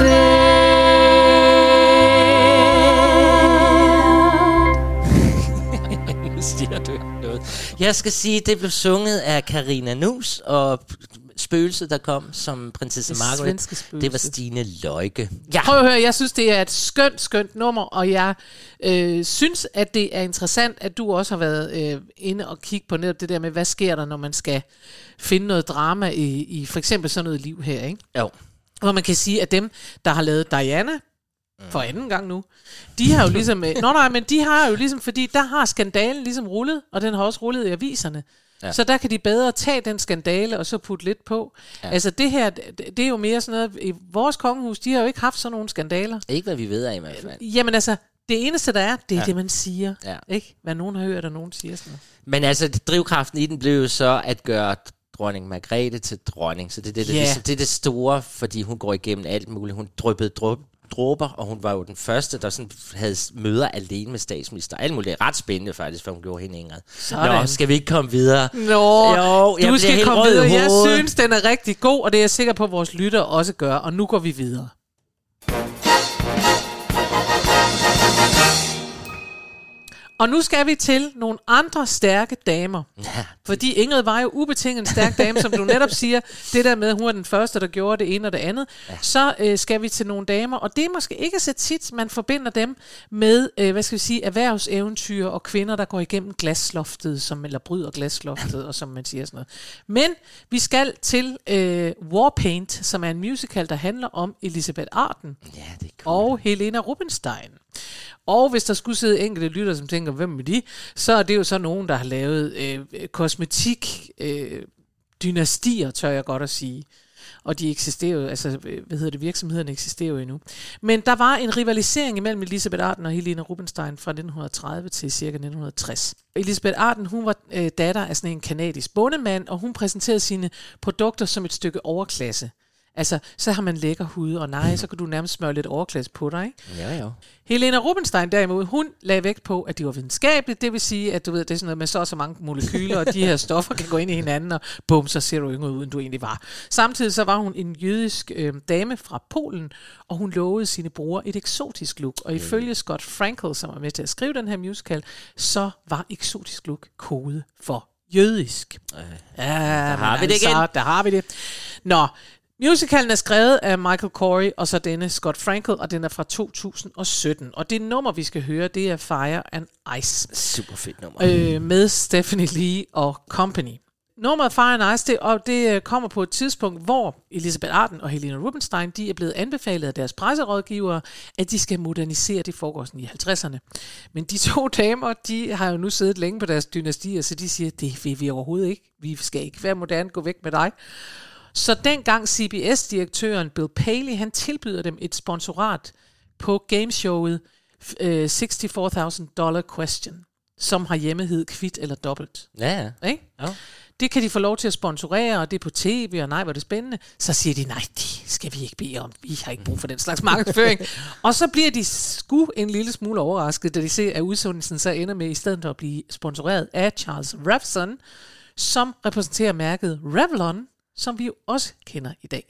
værd. Nu siger du noget. Jeg skal sige, det blev sunget af Karina Nus, og spøgelset, der kom som prinsesse Det Margaret, svenske spøgelse. det var Stine Løjke. Ja. Prøv at høre, jeg synes, det er et skønt, skønt nummer, og jeg øh, synes, at det er interessant, at du også har været øh, inde og kigge på netop det der med, hvad sker der, når man skal finde noget drama i, i for eksempel sådan noget liv her, ikke? Jo. Hvor man kan sige, at dem, der har lavet Diana, for anden gang nu, de har jo ligesom, øh, nå nej, men de har jo ligesom, fordi der har skandalen ligesom rullet, og den har også rullet i aviserne. Ja. Så der kan de bedre tage den skandale og så putte lidt på. Ja. Altså det her, det, det er jo mere sådan noget, i vores kongehus, de har jo ikke haft sådan nogle skandaler. Ikke hvad vi ved af i hvert fald. Jamen altså, det eneste der er, det er ja. det man siger. Ja. Ikke? Hvad nogen har hørt, og nogen siger sådan noget. Men altså, drivkraften i den blev jo så at gøre dronning Margrethe til dronning. Så det, det, det, Yeah. det, det er det store, fordi hun går igennem alt muligt. Hun dryppede dryp, dråber, og hun var jo den første, der sådan havde møder alene med statsminister. Alt muligt. Ret spændende faktisk, for hun gjorde hende Ingrid. Sådan. Nå, skal vi ikke komme videre? Nå, jo, jeg du skal helt komme rød i videre. Jeg hovedet. synes, den er rigtig god, og det er jeg sikker på, at vores lyttere også gør. Og nu går vi videre. Og nu skal vi til nogle andre stærke damer. Ja. Fordi Ingrid var jo ubetinget en stærk dame, som du netop siger. Det der med, at hun var den første, der gjorde det ene og det andet. Ja. Så øh, skal vi til nogle damer, og det er måske ikke så tit, man forbinder dem med, øh, hvad skal vi sige, erhvervseventyr og kvinder, der går igennem glasloftet, som, eller bryder glasloftet, og som man siger sådan noget. Men vi skal til øh, Warpaint, som er en musical, der handler om Elisabeth Arden Ja, det er cool. og Helena Rubinstein. Og hvis der skulle sidde enkelte lytter, som tænker, hvem er de? Så er det jo så nogen, der har lavet øh, kosmetik, øh, dynastier, tør jeg godt at sige. Og de eksisterer jo, altså, hvad hedder det, virksomhederne eksisterer jo endnu. Men der var en rivalisering imellem Elisabeth Arden og Helena Rubinstein fra nitten tredive til cirka nitten tres. Elisabeth Arden, hun var øh, datter af sådan en kanadisk bondemand, og hun præsenterede sine produkter som et stykke overklasse. Altså, så har man lækker hud, og nej, så kan du nærmest smøre lidt overklasse på dig, ikke? Ja, jo. Helena Rubinstein derimod, hun lagde vægt på, at de var videnskabelige. Det vil sige, at du ved, det er sådan noget med så og så mange molekyler, og de her stoffer kan gå ind i hinanden, og bum, så ser du yngre ud, end du egentlig var. Samtidig så var hun en jødisk øh, dame fra Polen, og hun lovede sine brugere et eksotisk look. Og ifølge Scott Frankel, som var med til at skrive den her musical, så var eksotisk look kode for jødisk. Øh, ja, der har vi det igen. Der har vi det. Nå, musicalen er skrevet af Michael Corey og så denne Scott Frankel, og den er fra to tusind og sytten. Og det nummer, vi skal høre, det er Fire and Ice. Super fedt nummer. Øh, med Stephanie Lee og Company. Nummeret Fire and Ice, det, og det kommer på et tidspunkt, hvor Elisabeth Arden og Helena Rubinstein, de er blevet anbefalet af deres presserådgivere, at de skal modernisere, det foregår sådan i halvtredserne. Men de to damer, de har jo nu siddet længe på deres dynastier, så de siger, det vil vi overhovedet ikke. Vi skal ikke være moderne, gå væk med dig. Så dengang C B S-direktøren Bill Paley, han tilbyder dem et sponsorat på gameshowet uh, sixty-four thousand dollar question, som har hjemmehed kvit eller dobbelt. Ja, ja. Ikke? Ja. Det kan de få lov til at sponsorere, og det er på tv, og nej, hvor er det spændende. Så siger de, nej, det skal vi ikke bede om. Vi har ikke brug for den slags markedsføring. Og så bliver de sgu en lille smule overrasket, da de ser, at udsendelsen så ender med, i stedet for at blive sponsoreret af Charles Revson, som repræsenterer mærket Revlon, som vi jo også kender i dag.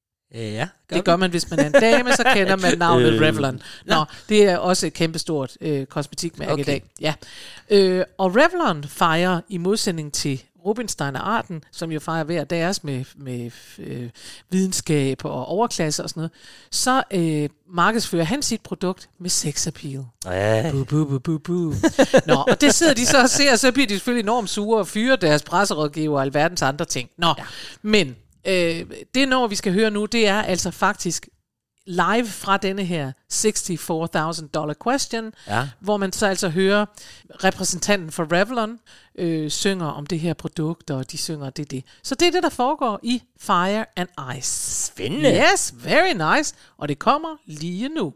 Ja, gør det gør man, hvis man er en dame, så kender man navnet Øh, Revlon. Nå, det er også et kæmpestort øh, kosmetikmærke Okay. i dag. Ja. Øh, og Revlon fejrer i modsætning til Rubinstein og Arden, som jo fejrer hver deres med, med øh, videnskab og overklasse og sådan noget, så øh, markedsfører han sit produkt med sex appeal. Ja. Bu, bu, bu, bu, bu. Nå, og det sidder de så og ser, og så bliver de selvfølgelig enormt sure og fyrer deres presserådgiver og alverdens andre ting. Nå, ja. Men øh, det nummer, vi skal høre nu, det er altså faktisk live fra denne her sixty-four thousand dollar question, ja. Hvor man så altså hører repræsentanten for Revlon øh, synger om det her produkt, og de synger det det. Så det er det, der foregår i Fire and Ice. Spændende. Yes, very nice. Og det kommer lige nu.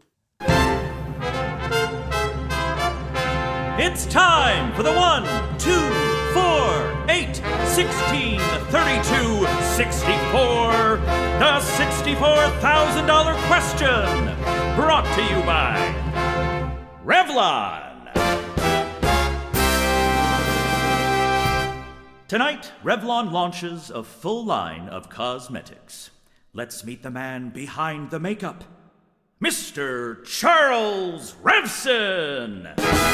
It's time for the one, two, four, eight, sixteen, thirty-two, sixty-four, the sixty-four thousand dollar question, brought to you by Revlon. Tonight, Revlon launches a full line of cosmetics. Let's meet the man behind the makeup, Mister Charles Revson.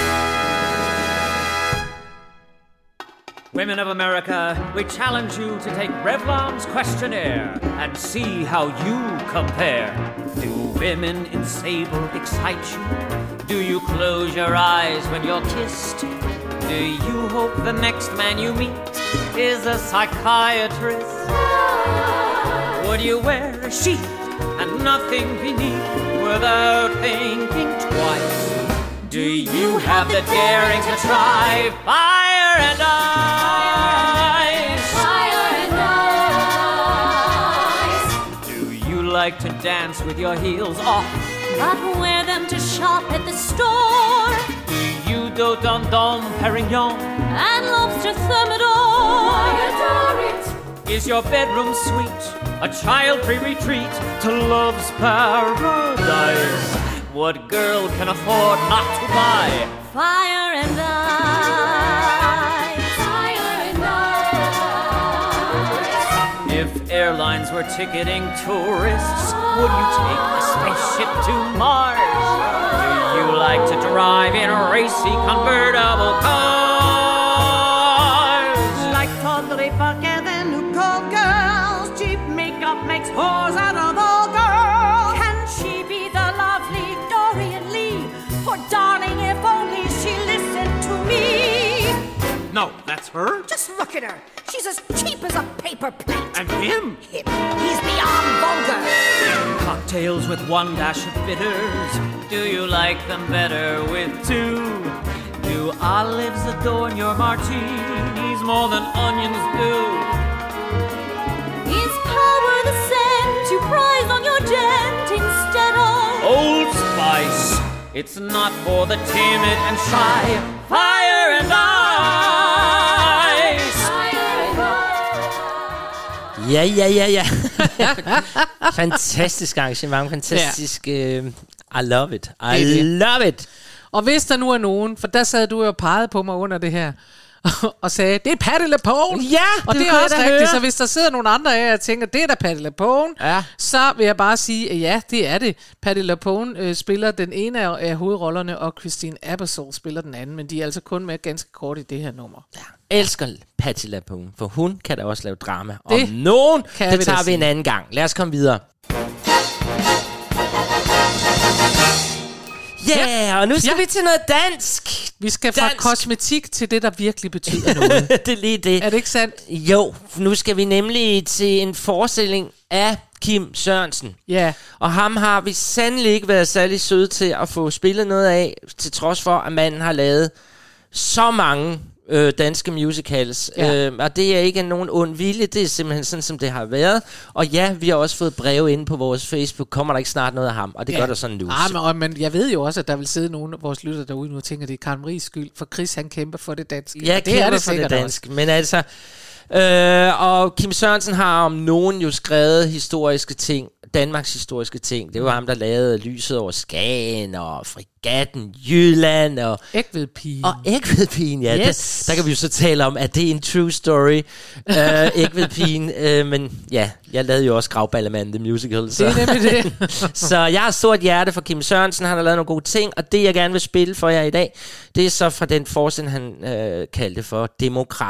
Women of America, we challenge you to take Revlon's questionnaire and see how you compare. Do women in sable excite you? Do you close your eyes when you're kissed? Do you hope the next man you meet is a psychiatrist? Would you wear a sheath and nothing beneath without thinking twice? Do you have the daring to try fire and ice? Fire and ice. Do you like to dance with your heels off? But wear them to shop at the store. Do you dote on Dom Perignon and lobster thermidor? I adore it. Is your bedroom sweet a child-free retreat to love's paradise? What girl can afford not to buy fire and ice? Fire and ice. If airlines were ticketing tourists, would you take a spaceship to Mars? Do you like to drive in racy convertible cars? Like totally funky than new cold girls, cheap makeup makes whores out of all girls. Can she be the lovely Dorian Lee? Or darling, if only she listened to me. No, that's her? Just look at her. She's as cheap as a paper plate. And him? Him. He's beyond vulgar. Cocktails with one dash of bitters. Do you like them better with two? Do olives adorn your martinis more than onions do? Is power the scent you prize on your jet instead of Old Spice? It's not for the timid and shy. Fire and ice. fire and ice? Ja, ja, ja, ja. Fantastisk arrangement, fantastisk. Ja. Uh, I love it. I det love it. Og hvis der nu er nogen, for der sad du jo og pegede på mig under det her, og sagde, det er Patti LuPone. Ja, og det, det er også rigtigt. Høre. Så hvis der sidder nogle andre af jer og tænker, det er da Patti LuPone, ja. så vil jeg bare sige, at ja, det er det. Patti LuPone øh, spiller den ene af, af hovedrollerne, og Christine Ebersole spiller den anden, men de er altså kun med ganske kort i det her nummer. Ja. Elsker Patti LuPone, for hun kan da også lave drama. Det Om nogen, det vi tager vi sige. en anden gang. Lad os komme videre. Yeah, og nu skal ja. vi til noget dansk. Vi skal fra dansk. kosmetik til det, der virkelig betyder noget. Det er lige det. Er det ikke sandt? Jo, nu skal vi nemlig til en forestilling af Kim Sørensen. Ja. Yeah. Og ham har vi sandelig ikke været særlig søde til at få spillet noget af, til trods for, at manden har lavet så mange øh, danske musicals. Ja. Øh, og det er ikke nogen ond vilje, det er simpelthen sådan, som det har været. Og ja, vi har også fået breve inde på vores Facebook. Kommer der ikke snart noget af ham? Og det ja. gør der sådan nu. Ah, men, og, men jeg ved jo også, at der vil sidde nogle af vores lytter derude nu og tænker, det er Karen Maries skyld, for Chris han kæmper for det danske. Ja, det er det for det danske. Men altså... Øh, og Kim Sørensen har om nogen jo skrevet historiske ting, Danmarks historiske ting. Det var ham, der lavede Lyset over Skagen og Fregatten Jylland og Ægvedpigen. Og Ægvedpigen, ja. Yes. Der, der kan vi jo så tale om, at det er en true story. uh, Ægvedpigen, uh, men ja, jeg lavede jo også Gravballemanden, The Musical. Så. Det er nemlig det. Så jeg har stort hjerte for Kim Sørensen. Han har lavet nogle gode ting, og det jeg gerne vil spille for jer i dag, det er så fra den forestilling, han uh, kaldte for Demokraten.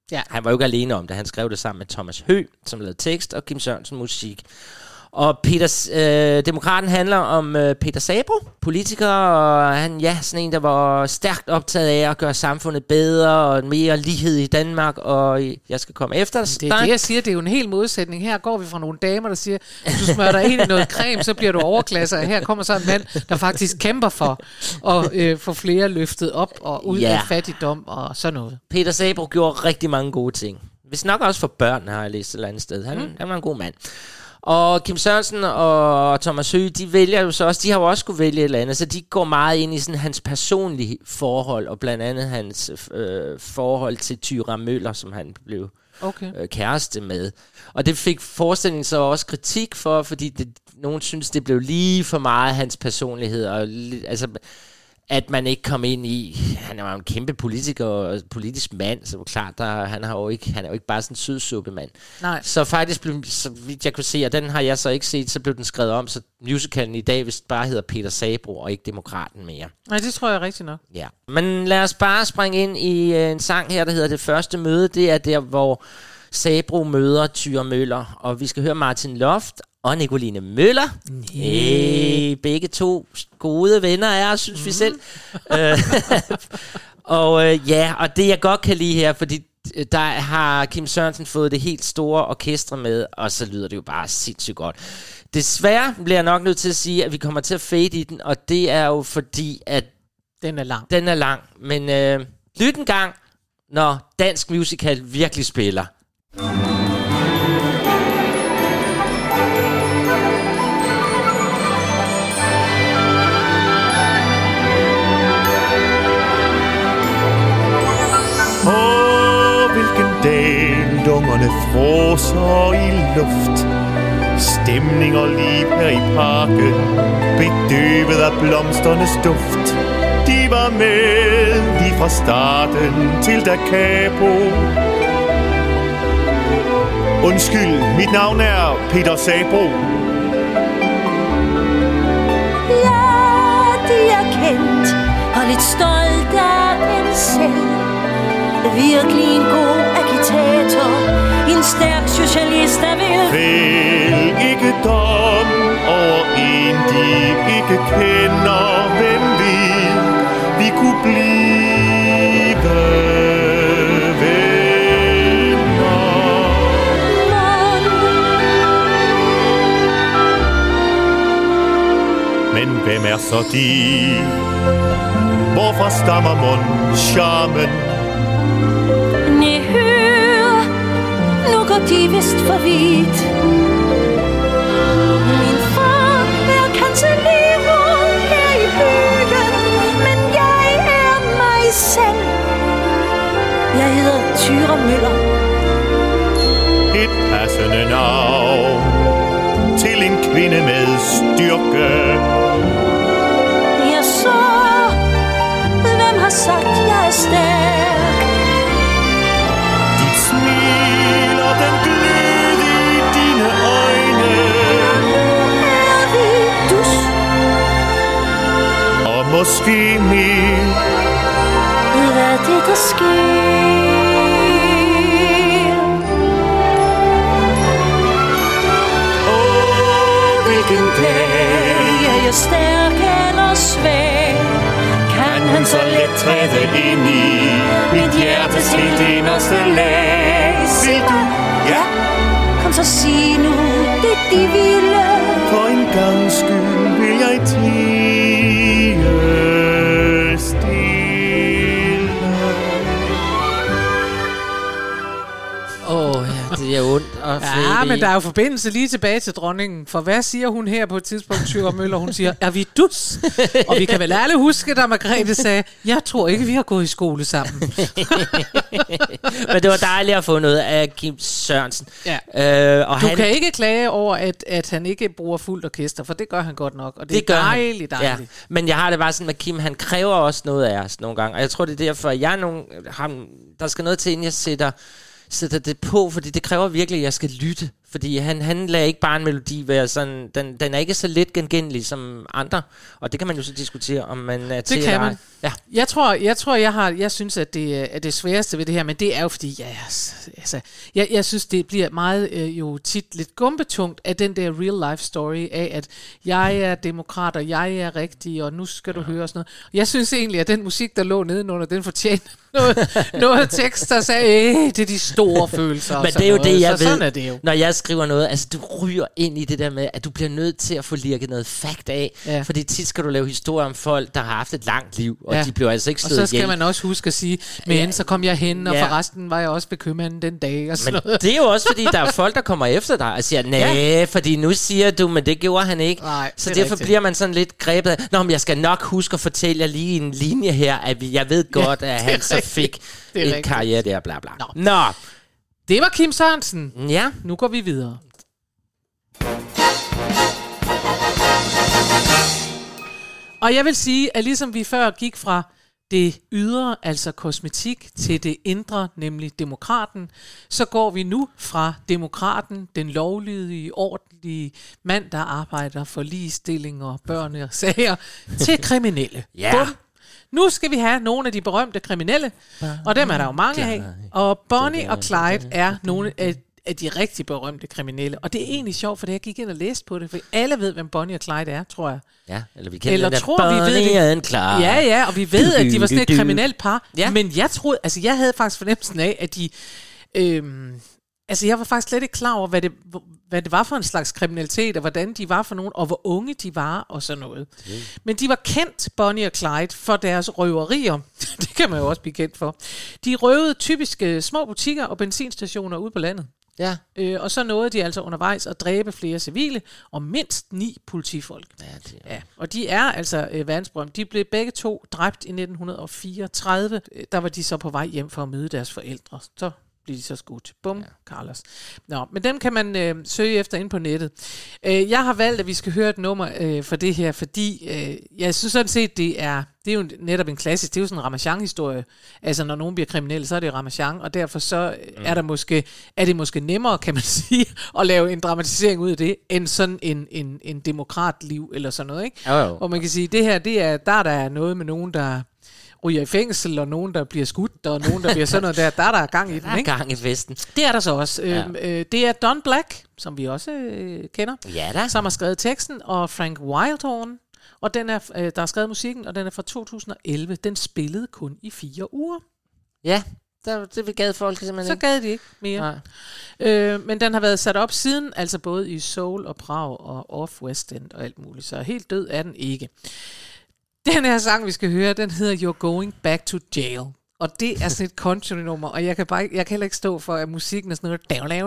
Ja. Han var jo ikke alene om det. Han skrev det sammen med Thomas Høgh, som lavede tekst, og Kim Sørensen musik. Og Peters, øh, Demokraten handler om øh, Peter Sabroe, politiker, og han ja, sådan en, der var stærkt optaget af at gøre samfundet bedre, og mere lighed i Danmark, og jeg skal komme efter dig. Det er det, jeg siger, det er jo en hel modsætning. Her går vi fra nogle damer, der siger, du smører dig ind i noget creme, så bliver du overklasser, og her kommer så en mand, der faktisk kæmper for at øh, få flere løftet op og ud ja. af fattigdom og sådan noget. Peter Sabroe gjorde rigtig mange gode ting. Hvis nok også for børn, har jeg læst et eller andet sted. Han, mm. han var en god mand. Og Kim Sørensen og Thomas Høgh, de vælger jo så også, de har jo også skulle vælge et eller andet, så de går meget ind i sådan hans personlige forhold, og blandt andet hans øh, forhold til Thyra Møller, som han blev okay. øh, kæreste med. Og det fik forestillingen så også kritik for, fordi det, nogen synes, det blev lige for meget hans personlighed, og altså... at man ikke kom ind i, han er jo en kæmpe politiker og politisk mand, så klart, der, han, har jo ikke, han er jo ikke bare sådan en sydsuppemand. Nej. Så faktisk blev, så vidt jeg kunne se, og den har jeg så ikke set, så blev den skrevet om, så musicalen i dag vist bare hedder Peter Sabroe og ikke Demokraten mere. Nej, det tror jeg rigtig nok. Ja, men lad os bare springe ind i øh, en sang her, der hedder Det Første Møde. Det er der, hvor Sabroe møder Thyra Møller, og vi skal høre Martin Loft og Nicoline Møller. Hey, begge to gode venner er, synes mm. vi selv. og øh, ja, og det jeg godt kan lide her, fordi der har Kim Sørensen fået det helt store orkestre med, og så lyder det jo bare sindssygt godt. Desværre bliver jeg nok nødt til at sige, at vi kommer til at fade i den, og det er jo fordi, at den er lang. Den er lang, men øh, lyt en gang, når dansk musical virkelig spiller. Lungerne fråser i luft. Stemning og liv her i parken, bedøvet af blomsternes duft. De var med lige fra starten til da Capo. Undskyld, mit navn er Peter Sabroe. Ja, de er kendt og lidt stolt af dem selv. Virkelig en god agitator, en stærk socialist, der vil Vel ikke dom over en, de ikke kender. Hvem vil vi kunne blive venner? Men hvem er så de? Hvorfor stammer mon charmen? Næh, hør, nu går de vist for vidt. Min far er kancellerer her i byen, men jeg er mig selv. Jeg hedder Thyra Møller. Et passende navn til en kvinde med styrke. Jeg så, hvem har sagt, jeg er stærk? Dit smil og den glød i dine øjne. Er vi dus? Og måske mere. Hvad er det, der sker? Hvilken dag er jeg stærk eller svag? Kan han så let træde ind i mit hjertes helt inderste lag? Vil du? Ja. Kom så sig nu det de ville. For en gang skyld vil jeg tie stille. Åh, oh, ja, det er ondt. Ja, men der er jo forbindelse lige tilbage til dronningen. For hvad siger hun her på et tidspunkt, Thyra Møller? Hun siger, er vi dus? Og vi kan vel alle huske, da Margrethe sagde, jeg tror ikke, vi har gået i skole sammen. Men det var dejligt at få noget af Kim Sørensen. Ja. Øh, og du han... kan ikke klage over, at, at han ikke bruger fuldt orkester, for det gør han godt nok. Og det, det er dejligt, dejligt. Ja. Men jeg har det bare sådan med Kim, han kræver også noget af os nogle gange. Og jeg tror, det er derfor, at jeg er nogen, ham, der skal noget til, inden jeg sætter sætter det på, fordi det kræver virkelig, at jeg skal lytte. Fordi han, han lader ikke bare en melodi være sådan... Den, den er ikke så let gengendelig som andre. Og det kan man jo så diskutere, om man er til det kan man. Ja. Jeg tror, jeg tror, jeg har, jeg synes, at det er det sværeste ved det her, men det er jo fordi, ja, altså, jeg, jeg synes, det bliver meget øh, jo tit lidt gumbetungt af den der real life story af, at jeg er demokrat, og jeg er rigtig, og nu skal du ja. høre sådan noget. Jeg synes egentlig, at den musik, der lå nedenunder, den fortjente noget, noget tekst, der sagde, det er de store følelser. Men det er jo noget. det, jeg så ved, sådan er det jo. Når jeg skriver noget, altså du ryger ind i det der med, at du bliver nødt til at få lirket noget fakt af, ja. fordi tit skal du lave historier om folk, der har haft et langt liv, og ja. de bliver altså ikke slået ihjel. Og så skal ihjel. man også huske at sige, men ja. så kom jeg hen, og ja. forresten var jeg også ved købmanden den dag, og sådan men noget. Det er jo også, fordi der er folk, der kommer efter dig og siger, nej, ja. fordi nu siger du, men det gjorde han ikke. Nej, så derfor rigtigt. Bliver man sådan lidt grebet af, nå, men jeg skal nok huske at fortælle jer lige en linje her, at jeg ved godt, ja, at han så fik en karriere der, bla bla. Nå. Nå. Det var Kim Sørensen. Ja. Nu går vi videre. Og jeg vil sige, at ligesom vi før gik fra det ydre, altså kosmetik, til det indre, nemlig demokraten, så går vi nu fra demokraten, den lovlydige, ordentlige mand, der arbejder for ligestilling og børn og sager, til kriminelle. Ja. Bum. Nu skal vi have nogle af de berømte kriminelle, og dem er der jo mange af. Og Bonnie og Clyde er nogle af, af de rigtig berømte kriminelle. Og det er egentlig sjovt, for jeg gik ind og læste på det, for alle ved, hvem Bonnie og Clyde er, tror jeg. Ja, eller vi kender eller den tror, der vi ved Bonnie and Clyde. Ja, ja, og vi ved, at de var sådan et kriminelt par. Ja. Men jeg troede, altså jeg havde faktisk fornemmelsen af, at de... Øhm, altså jeg var faktisk slet ikke klar over, hvad det, hvad det var for en slags kriminalitet, og hvordan de var for nogen, og hvor unge de var, og sådan noget. Mm. Men de var kendt, Bonnie og Clyde, for deres røverier. Det kan man jo også blive kendt for. De røvede typisk små butikker og benzinstationer ude på landet. Ja. Øh, og så nåede de altså undervejs at dræbe flere civile, og mindst ni politifolk. Ja, det er... ja. Og de er altså øh, verdensberømte. De blev begge to dræbt i nitten fireogtredive. Der var de så på vej hjem for at møde deres forældre. Så bliver de så skudt. Bum, ja. Carlos. Nå, men dem kan man øh, søge efter ind på nettet. Øh, jeg har valgt, at vi skal høre et nummer øh, for det her, fordi øh, jeg synes sådan set, det er, det er jo netop en klassisk, det er jo sådan en Ramachan-historie. Altså, når nogen bliver kriminelle, så er det Ramachan, og derfor så mm. er, der måske, er det måske nemmere, kan man sige, at lave en dramatisering ud af det, end sådan en, en, en demokratliv eller sådan noget, ikke? Oh, oh. Og man kan sige, det her, det er, der er der noget med nogen, der ryger i fængsel, og nogen, der bliver skudt, og nogen, der bliver sådan noget der. Der er der gang i den, der ikke? Der er gang i festen. Det er der så også. Ja. Øhm, øh, det er Don Black, som vi også øh, kender, ja, da. som har skrevet teksten, og Frank Wildhorn, og den er, øh, der har skrevet musikken, og den er fra to tusind og elleve. Den spillede kun i fire uger. Ja, der, det gad folk simpelthen Så ikke. gad de ikke mere. Øh, men den har været sat op siden, altså både i Soul og Prag og Off West End og alt muligt, så helt død er den ikke. Den her sang, vi skal høre, den hedder You're Going Back to Jail. Og det er sådan et country-nummer, og jeg kan, bare, jeg kan heller ikke stå for, at musikken er sådan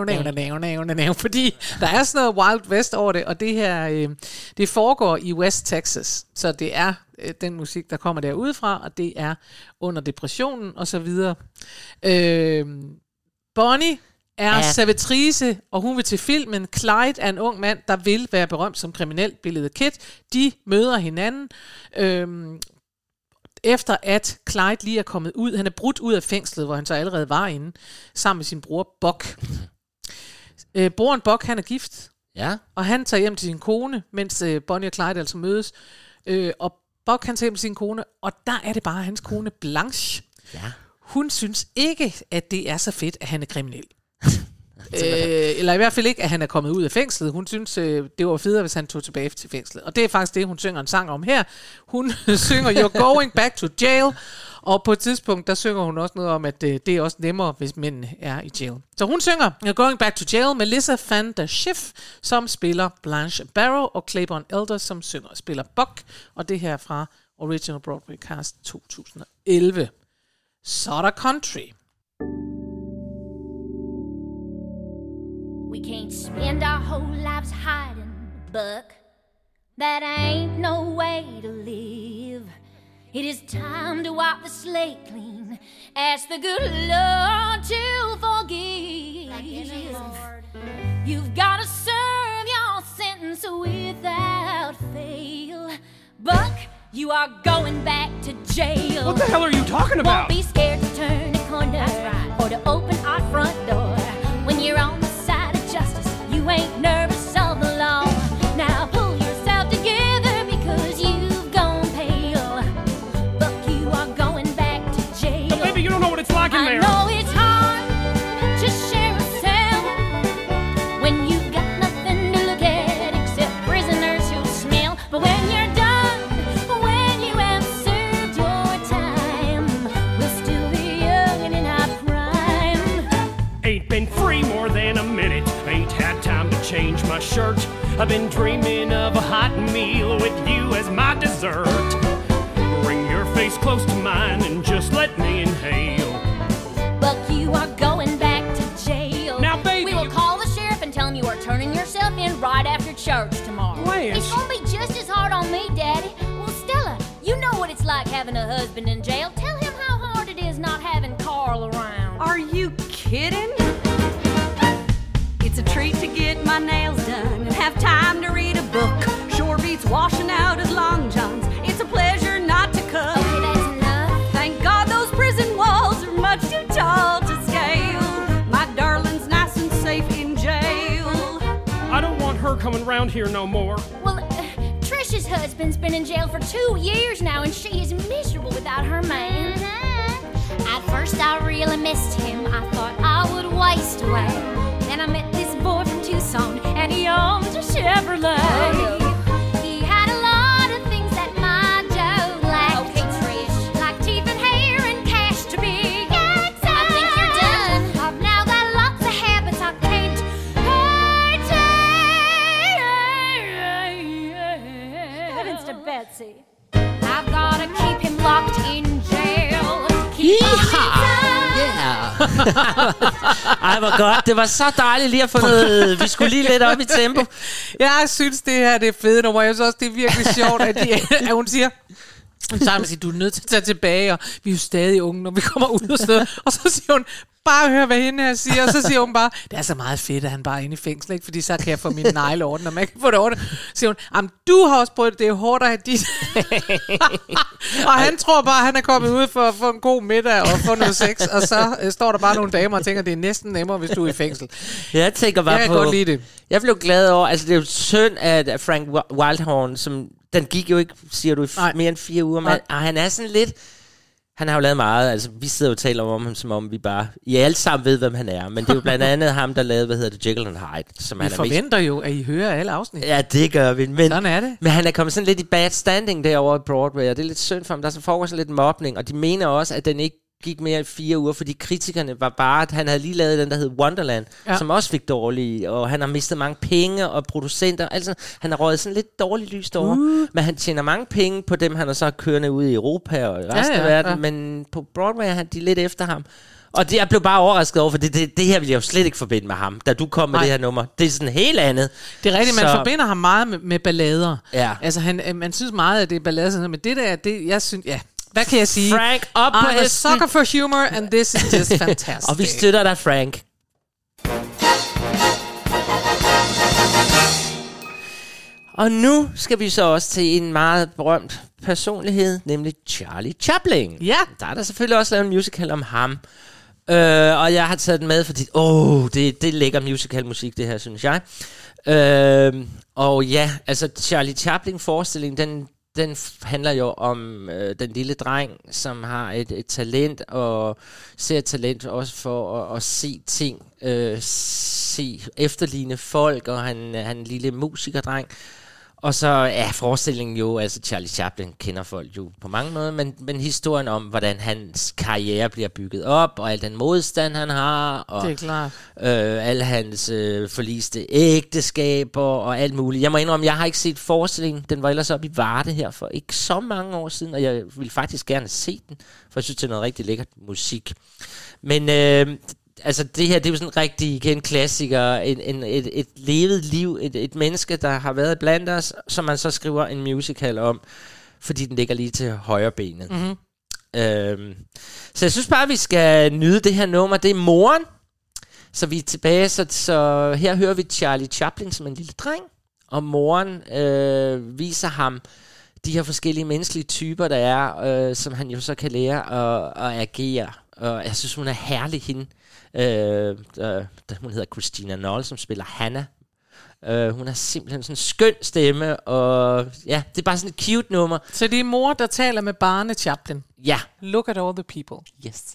noget, fordi der er sådan noget Wild West over det, og det her, øh, det foregår i West Texas. Så det er øh, den musik, der kommer derudefra, og det er under depressionen og så videre. Øh, Bonnie er ja. servitrice, og hun vil til filmen. Clyde er en ung mand, der vil være berømt som kriminel, billedet Kid. De møder hinanden, øhm, efter at Clyde lige er kommet ud. Han er brudt ud af fængslet, hvor han så allerede var inde, sammen med sin bror Buck. Øh, broren Buck, han er gift, ja. og han tager hjem til sin kone, mens øh, Bonnie og Clyde altså mødes. Øh, og Buck, han tager hjem til sin kone, og der er det bare hans kone Blanche. Ja. Hun synes ikke, at det er så fedt, at han er kriminel. øh, eller i hvert fald ikke, at han er kommet ud af fængslet. Hun synes, øh, det var federe, hvis han tog tilbage til fængslet. Og det er faktisk det, hun synger en sang om her. Hun synger You're Going Back to Jail. Og på et tidspunkt, der synger hun også noget om, at øh, det er også nemmere, hvis mænd er i jail. Så hun synger You're Going Back to Jail med Lisa Van der Schiff, som spiller Blanche Barrow, og Claiborne Elder, som synger og spiller Buck. Og det her fra Original Broadway Cast to tusind og elleve. Så er der country. We can't spend our whole lives hiding, Buck. That ain't no way to live. It is time to wipe the slate clean. Ask the good Lord to forgive. You've got to serve your sentence without fail. Buck, you are going back to jail. What the hell are you talking about? Won't be scared to turn a corner, right, or to open our front door. When you're on the side of justice, you ain't nervous of the law. Now pull yourself together because you've gone pale. Buck, you are going back to jail. But baby, you don't know what it's like in I there. know it's hard to share a cell when you've got nothing to look at except prisoners who smell. But when you're done, when you have served your time, we'll still be young and in our prime. Ain't been free more than a minute. Ain't had time to change my shirt. I've been dreaming of a hot meal with you as my dessert. Bring your face close to mine and just let me inhale. Buck, you are going back to jail. Now, baby, we will you- call the sheriff and tell him you are turning yourself in right after church tomorrow. Blanche. It's gonna be just as hard on me, Daddy. Well, Stella, you know what it's like having a husband in jail. Tell him how hard it is not having Carl around. Are you kidding? It's a treat to get my nails done and have time to read a book. Sure beats washing out his long johns. It's a pleasure not to cook. Okay, that's enough. Thank God those prison walls are much too tall to scale. My darling's nice and safe in jail. I don't want her coming round here no more. Well, uh, Trish's husband's been in jail for two years now, and she is miserable without her man. Mm-hmm. At first, I really missed him. I thought I would waste away. Then I met this boy from Tucson, and he owned a Chevrolet. He had a lot of things that my Joe lacked. Okay, Trish. Like teeth and hair and cash to be exact. I think you're done. I've now got lots of habits I can't hide. Heavens to Betsy. I've gotta keep him locked in jail. Keep on Ej, hvor godt. Det var så dejligt lige at få noget... Vi skulle lige lidt op i tempo. Jeg synes, det her det er fedt nummer. Jeg synes også, det er virkelig sjovt, at, de, at hun siger... Så man siger, du er nødt til at tage tilbage, og vi er jo stadig unge, når vi kommer ud og sådan noget. Og så siger hun, bare hør, hvad hende her siger. Og så siger hun bare, det er så meget fedt, at han bare er inde i fængsel, ikke? Fordi så kan jeg få min negle orden, og man kan få det orden. Så siger hun, jamen du har også prøvet det, det er hårdt at have dit. Og han tror bare, at han er kommet ud for at få en god middag og få noget sex. Og så øh, står der bare nogle damer og tænker, det er næsten nemmere, hvis du er i fængsel. Jeg tænker bare jeg på... Jeg kan godt lide det. Jeg blev glad over, altså det er jo synd, at Frank Wildhorn, som... Den gik jo ikke, siger du, i f- mere end fire uger. Men, og han er sådan lidt... Han har jo lavet meget. Altså, vi sidder jo og taler om ham, som om vi bare... I alle sammen ved, hvem han er. Men det er jo blandt andet ham, der lavede, hvad hedder det, Jekyll and Hyde. Som Vi han er forventer mest... jo, at I hører alle afsnit. Ja, det gør vi. Men, sådan er det. Men han er kommet sådan lidt i bad standing derovre i Broadway, og det er lidt synd for ham. Der så foregår sådan lidt mobning, og de mener også, at den ikke gik mere end fire uger, fordi kritikerne var bare, at han havde lige lavet den, der hed Wonderland, ja. Som også fik dårlige, og han har mistet mange penge, og producenter, altså han har røget sådan lidt dårligt lys derovre, uh. men han tjener mange penge på dem, han er så kørende ude i Europa og i resten ja, ja, af verden, ja. Men på Broadway er han de lidt efter ham. Og det, jeg blev bare overrasket over, for det, det, det her ville jeg jo slet ikke forbinde med ham, da du kom med Nej. Det her nummer. Det er sådan helt andet. Det er rigtigt, så... man forbinder ham meget med, med ballader. Ja. Altså, han, man synes meget, at det er ballader, men det der, det, jeg synes, ja... Hvad kan jeg sige? Frank, op på I'm a sucker for humor, and this is just fantastic. Og vi støtter dig, Frank. Og nu skal vi så også til en meget berømt personlighed, nemlig Charlie Chaplin. Ja. Der er der selvfølgelig også lavet en musical om ham. Øh, og jeg har taget den med, fordi åh, oh, det, det er lækker musical-musik, det her, synes jeg. Øh, og ja, altså Charlie Chaplin-forestillingen, den... Den handler jo om øh, den lille dreng, som har et, et talent, og ser et talent også for at, at se ting, øh, se efterligne folk, og han, han er en lille musikerdreng. Og så er forestillingen jo, altså Charlie Chaplin kender folk jo på mange måder, men, men historien om, hvordan hans karriere bliver bygget op, og al den modstand, han har, og det er klart. Øh, alle hans øh, forliste ægteskaber, og alt muligt. Jeg må indrømme, jeg har ikke set forestillingen, den var ellers oppe i Varde her for ikke så mange år siden, og jeg ville faktisk gerne se den, for jeg synes, det er noget rigtig lækkert musik. Men... Øh, Altså det her, det er jo sådan en rigtig igen klassiker, en, en, et, et levet liv, et, et menneske, der har været blandt os, som man så skriver en musical om, fordi den ligger lige til højre benet. Mm-hmm. Øhm, så jeg synes bare, vi skal nyde det her nummer. Det er Moren, så vi er tilbage, så, så her hører vi Charlie Chaplin som en lille dreng, og Moren øh, viser ham de her forskellige menneskelige typer, der er, øh, som han jo så kan lære at, at agere. Og jeg synes, hun er herlig, hende. Øh, der, der, hun hedder Christina Noll, som spiller Hannah, Uh, hun har simpelthen sådan en skøn stemme, og ja, det er bare sådan et cute nummer. Så det er mor, der taler med barne Chaplin. Ja. Look at all the people. Yes.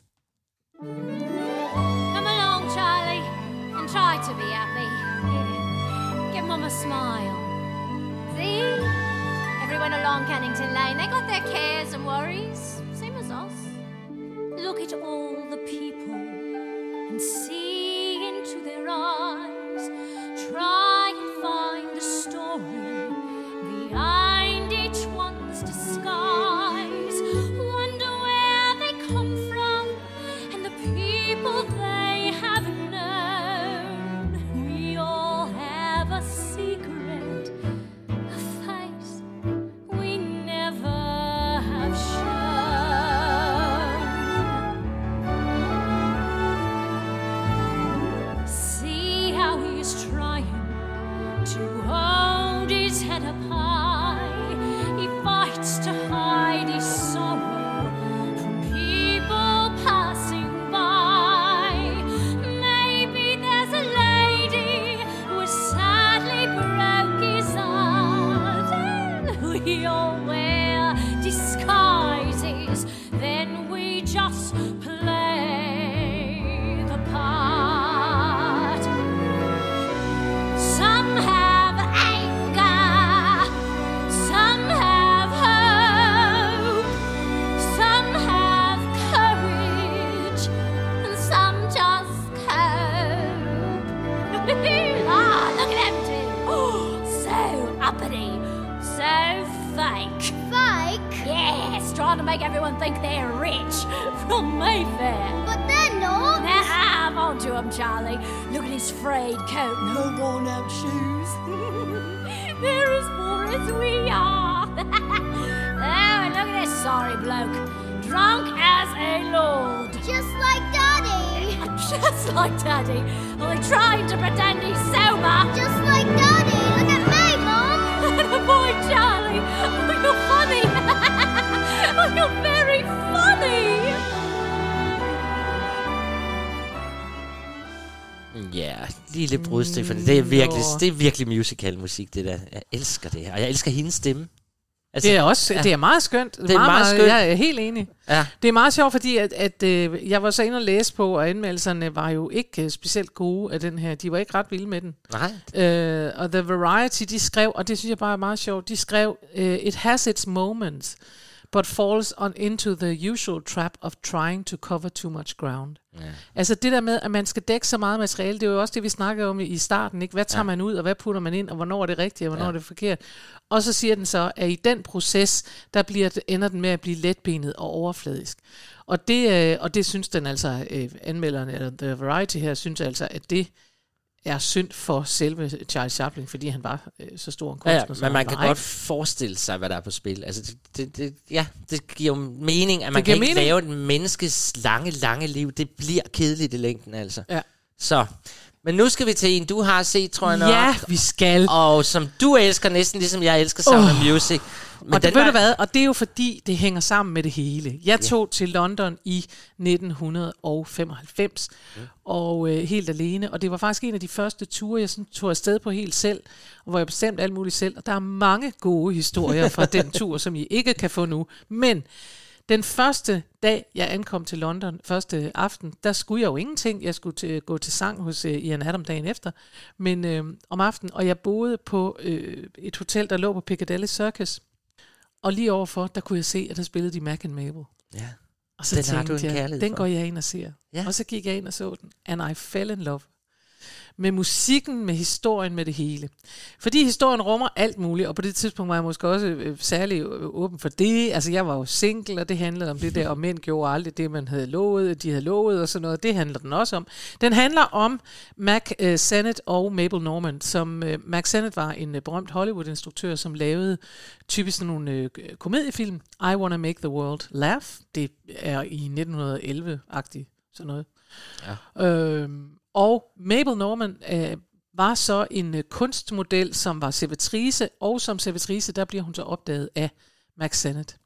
Come along, Charlie, and try to be happy. Give Mum a smile. See? Everyone along Kennington Lane, they got their cares and worries, same as us. Look at all the people and see into their eyes. Try and find the story behind each one's disguise. Wonder where they come from and the people they have known. We all have a secret, a face we never have shown. See how he is trying to hold his head up high. He fights to hide his sorrow from people passing by. Maybe there's a lady who has sadly broke his heart. And we all wear disguises, then we just play the part. Some have anger, some have hope, some have courage, and some just cope. Ah, look at them two. So uppity, so fake. Fake? Yes, trying to make everyone think they're rich from Mayfair. But they're not. Nah, I'm on to them, Charlie. Look at his frayed coat, no worn out shoes. They're as poor as we are. Oh, and look at this sorry bloke, drunk as a lord. Just like Daddy. Just like Daddy. Only trying to pretend he's sober. Just like Daddy. Look at me, Mom. And a boy, Charlie. Oh, you're funny. Oh, you're very funny. Ja, yeah, lille brudstykke, for det er virkelig, det er virkelig musical musik, det der. Jeg elsker det her, og jeg elsker hendes stemme. Altså, det er også, ja. Det er meget skønt. Det er meget, meget skønt. Jeg er helt enig. Ja. Det er meget sjovt, fordi at, at, øh, jeg var så inde og læse på, og anmeldelserne var jo ikke uh, specielt gode af den her. De var ikke ret vilde med den. Nej. Øh, og The Variety, de skrev, og det synes jeg bare er meget sjovt, de skrev, uh, it has its moments, but falls on into the usual trap of trying to cover too much ground. Ja. Altså det der med, at man skal dække så meget materiale, det er jo også det, vi snakkede om i starten, ikke? Hvad tager ja. man ud, og hvad putter man ind, og hvornår er det rigtigt, og hvornår ja. er det forkert. Og så siger den så, at i den proces, der bliver, ender den med at blive letbenet og overfladisk. Og det, øh, og det synes den altså, øh, anmelderne, eller The Variety her, synes altså, at det er synd for selve Charles Chaplin, fordi han var øh, så stor en kunstner. Ja, men man kan var, godt forestille sig, hvad der er på spil. Altså, det, det, det, ja, det giver jo mening, at man kan ikke mening. lave et menneskes lange, lange liv. Det bliver kedeligt i længden, altså. Ja. Så, men nu skal vi til en, du har set, tror jeg nok. Ja, vi skal. Og som du elsker næsten, ligesom jeg elsker Sound of oh. Music. Men og det, ved var... du hvad, og det er jo fordi, det hænger sammen med det hele. Jeg tog ja. til London i nitten femoghalvfems, mm. og øh, helt alene, og det var faktisk en af de første ture, jeg sådan, tog afsted på helt selv, og hvor jeg bestemte alt muligt selv, og der er mange gode historier fra den tur, som I ikke kan få nu. Men den første dag, jeg ankom til London, første aften, der skulle jeg jo ingenting. Jeg skulle til, gå til sang hos uh, Ian Adam dagen efter, men øh, om aftenen, og jeg boede på øh, et hotel, der lå på Piccadilly Circus, og lige overfor, der kunne jeg se, at der spillede de Mac and Mabel. Ja. Og så den tænkte har du en jeg, den for. går jeg ind og ser. Ja. Og så gik jeg ind og så den, and I fell in love. Med musikken, med historien, med det hele. Fordi historien rummer alt muligt, og på det tidspunkt var jeg måske også øh, særlig øh, åben for det. Altså jeg var jo single, og det handlede om det der, og mænd gjorde aldrig det, man havde lovet, de havde lovet og sådan noget. Det handler den også om. Den handler om Mack øh, Sennett og Mabel Normand, som øh, Mack Sennett var en øh, berømt Hollywood-instruktør, som lavede typisk sådan nogle øh, komediefilm. I Wanna Make the World Laugh. Det er i nitten elleve-agtigt sådan noget. Ja. Øh, Og Mabel Normand øh, var så en øh, kunstmodel, som var servitrice, og som servitrice, der bliver hun så opdaget af Mack Sennett.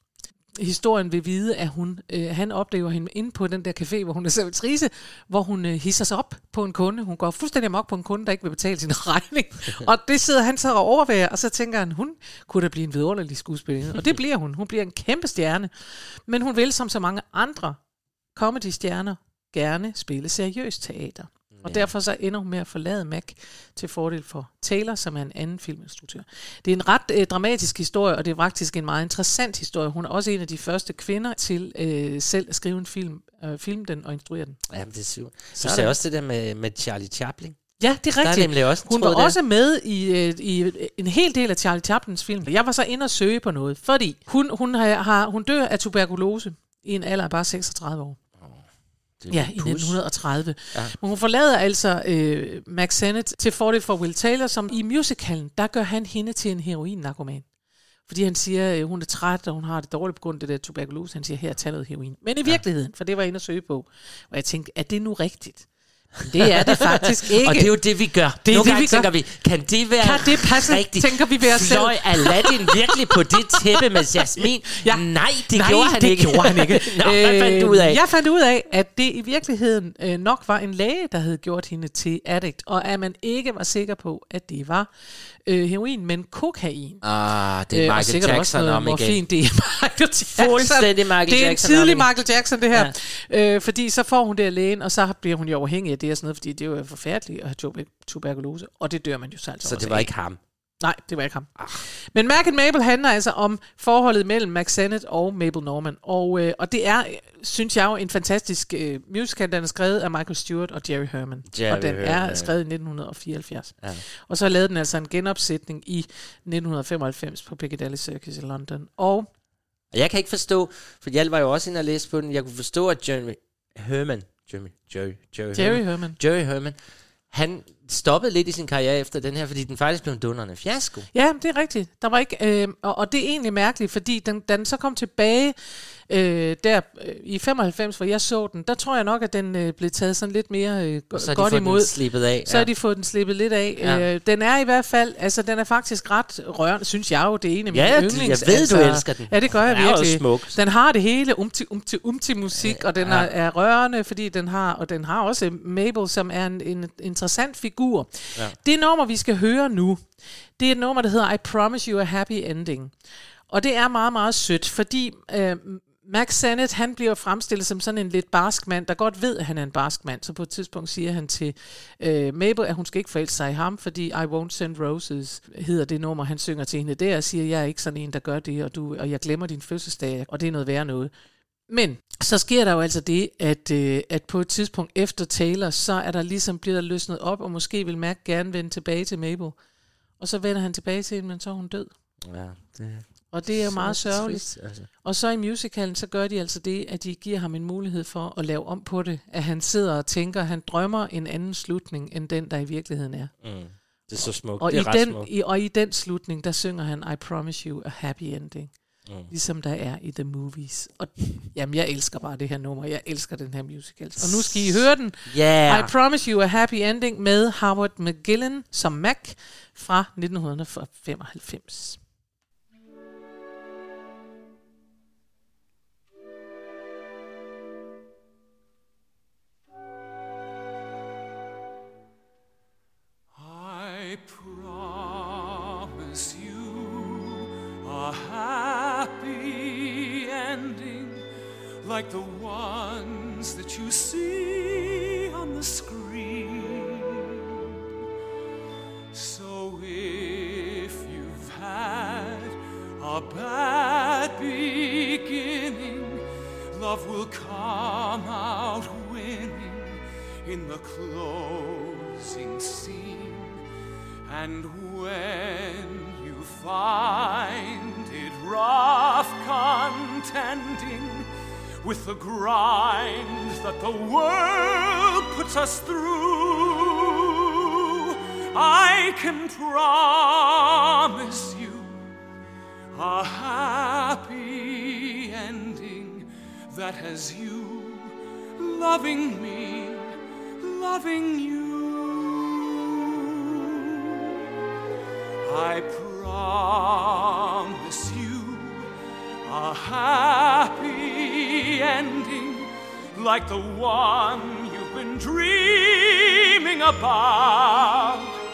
historien vil vide, at hun, øh, han oplever hende inde på den der café, hvor hun er servitrice, hvor hun øh, hisser sig op på en kunde. Hun går fuldstændig amok på en kunde, der ikke vil betale sin regning. Og det sidder han så og overværer, og så tænker han, hun kunne da blive en vidunderlig skuespiller. Og det bliver hun. Hun bliver en kæmpe stjerne. Men hun vil, som så mange andre comedy-stjerner, gerne spille seriøst teater. Og derfor så ender hun med at forlade Mac til fordel for Taylor, som er en anden filminstruktør. Det er en ret øh, dramatisk historie, og det er faktisk en meget interessant historie. Hun er også en af de første kvinder til øh, selv at skrive en film, øh, filme den og instruere den. Jamen, det er sygt. Du sagde også det der med, med Charlie Chaplin. Ja, det er rigtigt. Er også hun var der. også med i, øh, i en hel del af Charlie Chaplins film. Jeg var så inde og søge på noget, fordi hun, hun, har, har, hun dør af tuberkulose i en alder af bare seksogtredive år. Ja, i nitten tredive. Ja. Men hun forlader altså øh, Mack Sennett til fordel for Will Taylor, som i musicalen, der gør han hende til en heroin-narkoman. Fordi han siger, at hun er træt, og hun har det dårligt på grund af det der tuberkulose. Han siger, her, tag noget heroin. Men i virkeligheden, for det var jeg inde at søge på, og jeg tænkte, er det nu rigtigt? Det er det faktisk ikke. Og det er jo det, vi gør. Det er Nogle det, vi tænker gør. vi, kan det være kan det passe, rigtigt? Tænker vi ved os selv. Fløj Aladdin virkelig på det tæppe med Jasmin? Ja. Nej, det Nej, gjorde han det ikke. gjorde han ikke. Nå, hvad fandt du ud af? Jeg fandt ud af, at det i virkeligheden øh, nok var en læge, der havde gjort hende til addict, og at man ikke var sikker på, at det var øh, heroin, men kokain. Ah, det er Michael øh, Jackson om igen. Morfin, det er Michael Jackson. Fuldstændig Michael Det er Jackson en tidlig om Michael Jackson, det her. Ja. Øh, fordi så får hun det af lægen, og så bliver hun jo afhængig af det og sådan noget, fordi det er jo forfærdeligt at have tuberkulose, og det dør man jo så altså Så også det var af. ikke ham? Nej, det var ikke ham. Ah. Men Mac and Mabel handler altså om forholdet mellem Mack Sennett og Mabel Normand. Og, øh, og det er, synes jeg jo, en fantastisk øh, musical, den er skrevet af Michael Stewart og Jerry Herman. Jerry og den Herman, er ja. skrevet i nitten fireoghalvfjerds. Ja. Og så lavede den altså en genopsætning i nitten femoghalvfems på Piccadilly Circus i London. Og jeg kan ikke forstå, for jeg var jo også inde og læse på den, jeg kunne forstå, at Jerry Herman, Jerry, Jerry, Jerry, Jerry Herman, Herman. Jerry Herman, han stoppede lidt i sin karriere efter den her, fordi den faktisk blev en dundrende fiasko. Ja, det er rigtigt. Der var ikke, øh, og, og det er egentlig mærkeligt, fordi den, den så kom tilbage øh, der øh, i femoghalvfems, hvor jeg så den. Der tror jeg nok, at den øh, blev taget sådan lidt mere øh, go- så godt imod. Så har de fået den slippet af. Så har de fået den slippet lidt af. Ja. Øh, den er i hvert fald, altså den er faktisk ret rørende, synes jeg jo. Det er en af mine ja, yndlings. jeg ved, altså, du elsker den. Ja, det gør jeg den er virkelig. Smuk. Den har det hele, umti, umti, umti musik, ja, og den ja. er, er rørende, fordi den har, og den har også Mabel, som er en, en interessant figur. Ja. Det nummer, vi skal høre nu, det er et nummer, der hedder I Promise You a Happy Ending. Og det er meget, meget sødt, fordi øh, Mack Sennett, han bliver fremstillet som sådan en lidt barsk mand, der godt ved, at han er en barsk mand. Så på et tidspunkt siger han til øh, Mabel, at hun skal ikke forelske sig i ham, fordi I Won't Send Roses hedder det nummer, han synger til hende der, og siger, jeg er ikke sådan en, der gør det, og, du, og jeg glemmer din fødselsdag, og det er noget værre noget. Men så sker der jo altså det, at, øh, at på et tidspunkt efter Taylor, så er der ligesom bliver der løsnet op, og måske vil Mac gerne vende tilbage til Mabel. Og så vender han tilbage til hende, men så er hun død. Ja, det og det er jo meget sørgeligt. Trist, altså. Og så i musicalen, så gør de altså det, at de giver ham en mulighed for at lave om på det. At han sidder og tænker, at han drømmer en anden slutning, end den, der i virkeligheden er. Mm. Det er så smukt. Og, det er i ret den, smukt. i, og i den slutning, der synger han, I promise you a happy ending. Mm. Ligesom der er i The Movies. Og jamen, jeg elsker bare det her nummer. Jeg elsker den her musical. Og nu skal I høre den. Yeah. I Promise You a Happy Ending med Howard McGillen som Mac fra nitten femoghalvfems. I promise you a happy ending, like the ones that you see on the screen. So if you've had a bad beginning, love will come out winning in the closing scene. And when you find it rough contending with the grind that the world puts us through, I can promise you a happy ending that has you loving me, loving you. I promise you a happy ending like the one you've been dreaming about,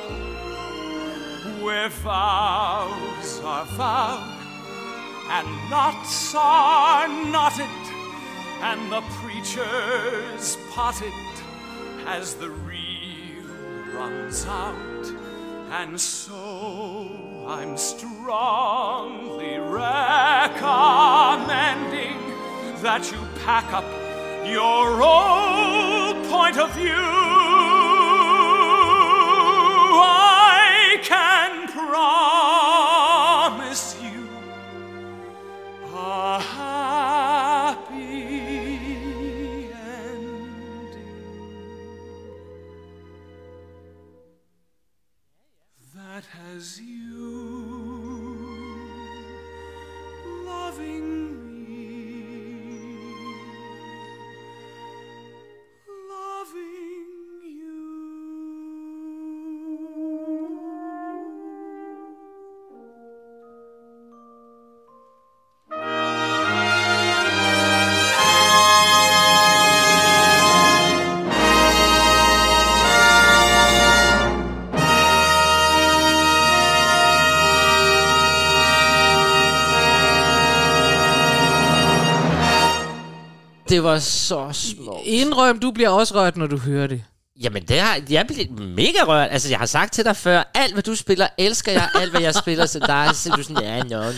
where vows are vowed and knots are knotted, and the preacher's potted as the reel runs out. And so I'm strongly recommending that you pack up your old point of view. I can promise you a happy ending. That has you loving me, loving you. Det var så smukt. Indrøm, du bliver også rørt, når du hører det. Jamen, det har, jeg bliver mega rørt. Altså, jeg har sagt til dig før, alt hvad du spiller, elsker jeg. Alt hvad jeg spiller til dig, så er du sådan, ja, no, no, no.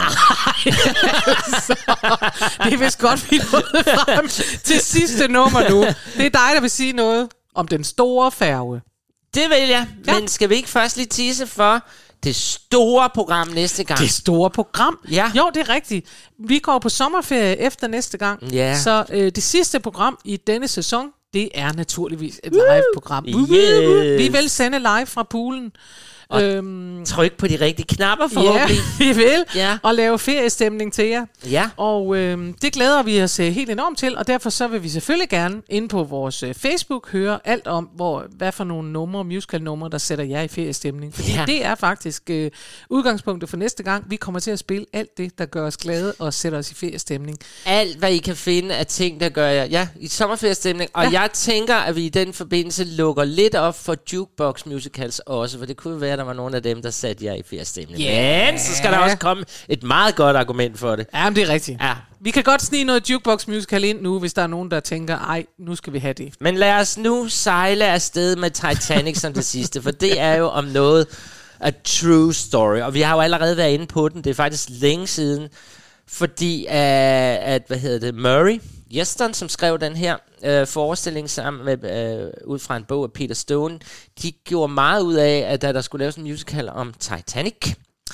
Det er vist godt, vi er nået frem til sidste nummer nu. Det er dig, der vil sige noget om den store færge. Det vil jeg, ja. Men skal vi ikke først lige tease for det store program næste gang? Det store program? Ja. Jo, det er rigtigt. Vi går på sommerferie efter næste gang. Ja. Så øh, det sidste program i denne sæson, det er naturligvis et live-program. Yes. Vi vil sende live fra poolen. Og øhm, tryk på de rigtige knapper forhåbentlig. Ja, vi vil. Ja. Og lave feriestemning til jer. Ja. Og øhm, det glæder vi os øh, helt enormt til. Og derfor så vil vi selvfølgelig gerne inde på vores øh, Facebook høre alt om, hvor, hvad for nogle numre, musical-numre, der sætter jer i feriestemning. Fordi Ja. det er faktisk øh, udgangspunktet for næste gang. Vi kommer til at spille alt det, der gør os glade og sætter os i feriestemning. Alt, hvad I kan finde af ting, der gør jer ja, i sommerferiestemning. Og ja. Jeg tænker, at vi i den forbindelse lukker lidt op for jukebox musicals også, for det kunne være, der var nogle af dem, der satte jer i feriestemning. Yeah. Men så skal der også komme et meget godt argument for det. Ja, men det er rigtigt. Ja. Vi kan godt snige noget jukebox musical ind nu, hvis der er nogen, der tænker, ej, nu skal vi have det. Men lad os nu sejle afsted med Titanic som det sidste, for det er jo om noget a true story. Og vi har jo allerede været inde på den. Det er faktisk længe siden, fordi uh, at, hvad hedder det, Murray Yeston, som skrev den her øh, forestilling sammen med, øh, ud fra en bog af Peter Stone, de gjorde meget ud af, at da der skulle laves en musical om Titanic,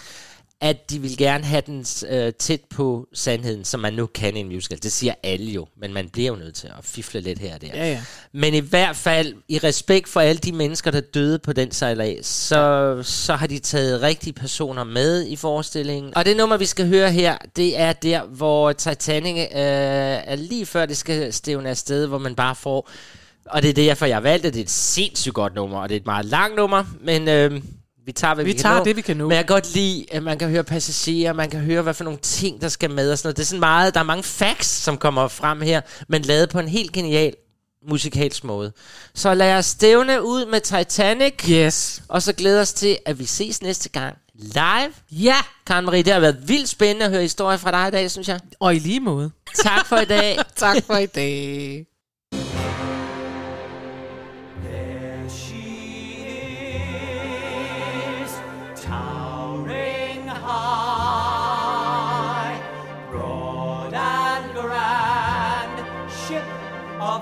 at de ville gerne have den øh, tæt på sandheden, som man nu kan i en musical. Det siger alle jo, men man bliver jo nødt til at fifle lidt her og der. Ja, ja. Men i hvert fald, i respekt for alle de mennesker, der døde på den sejlads, så, så har de taget rigtige personer med i forestillingen. Og det nummer, vi skal høre her, det er der, hvor Titanic øh, er lige før det skal stævne afsted, hvor man bare får... Og det er derfor, jeg valgte det. Det er et sindssygt godt nummer, og det er et meget langt nummer, men... Øh, Vi tager, hvad vi, vi tager kan nå. det, vi kan nå. Men jeg kan godt lide, at man kan høre passagerer, man kan høre, hvad for nogle ting, der skal med og sådan noget. Det er sådan meget, der er mange facts, som kommer frem her, men lavet på en helt genial musikalsk måde. Så lad os stævne ud med Titanic. Yes. Og så glæder os til, at vi ses næste gang live. Ja. Karen Marie, det har været vildt spændende at høre historier fra dig i dag, synes jeg. Og i lige måde. Tak for i dag. Tak for i dag. Towering high, broad and grand, ship of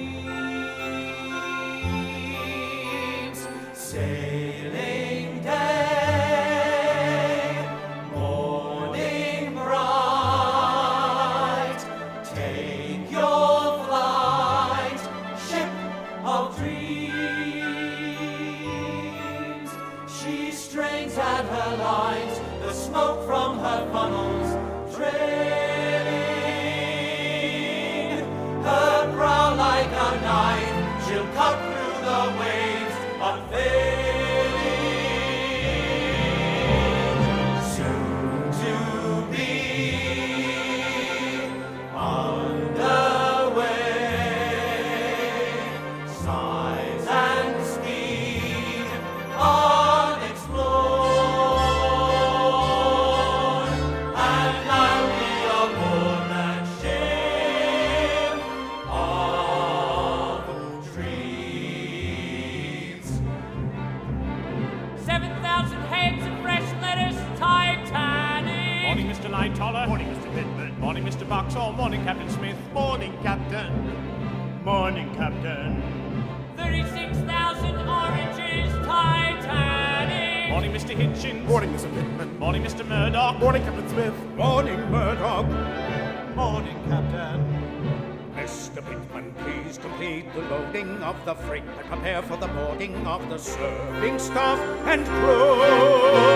dreams, sailing day, morning bright, take your flight, ship of dreams. She strains at her lines, the smoke from her funnels trailing. Her brow like a knife, she'll cut through the waves, unfailing. Soon to be Lightoller. Morning, Mister Pittman. Morning, Mister Boxall. Morning, Captain Smith. Morning, Captain. Morning, Captain. thirty-six thousand oranges, Titanic. Morning, Mister Hitchins. Morning, Mister Pittman. Morning, Mister Murdoch. Morning, Captain Smith. Morning, Murdoch. Morning, Captain. Mister Pittman, please complete the loading of the freight and prepare for the boarding of the serving staff and crew.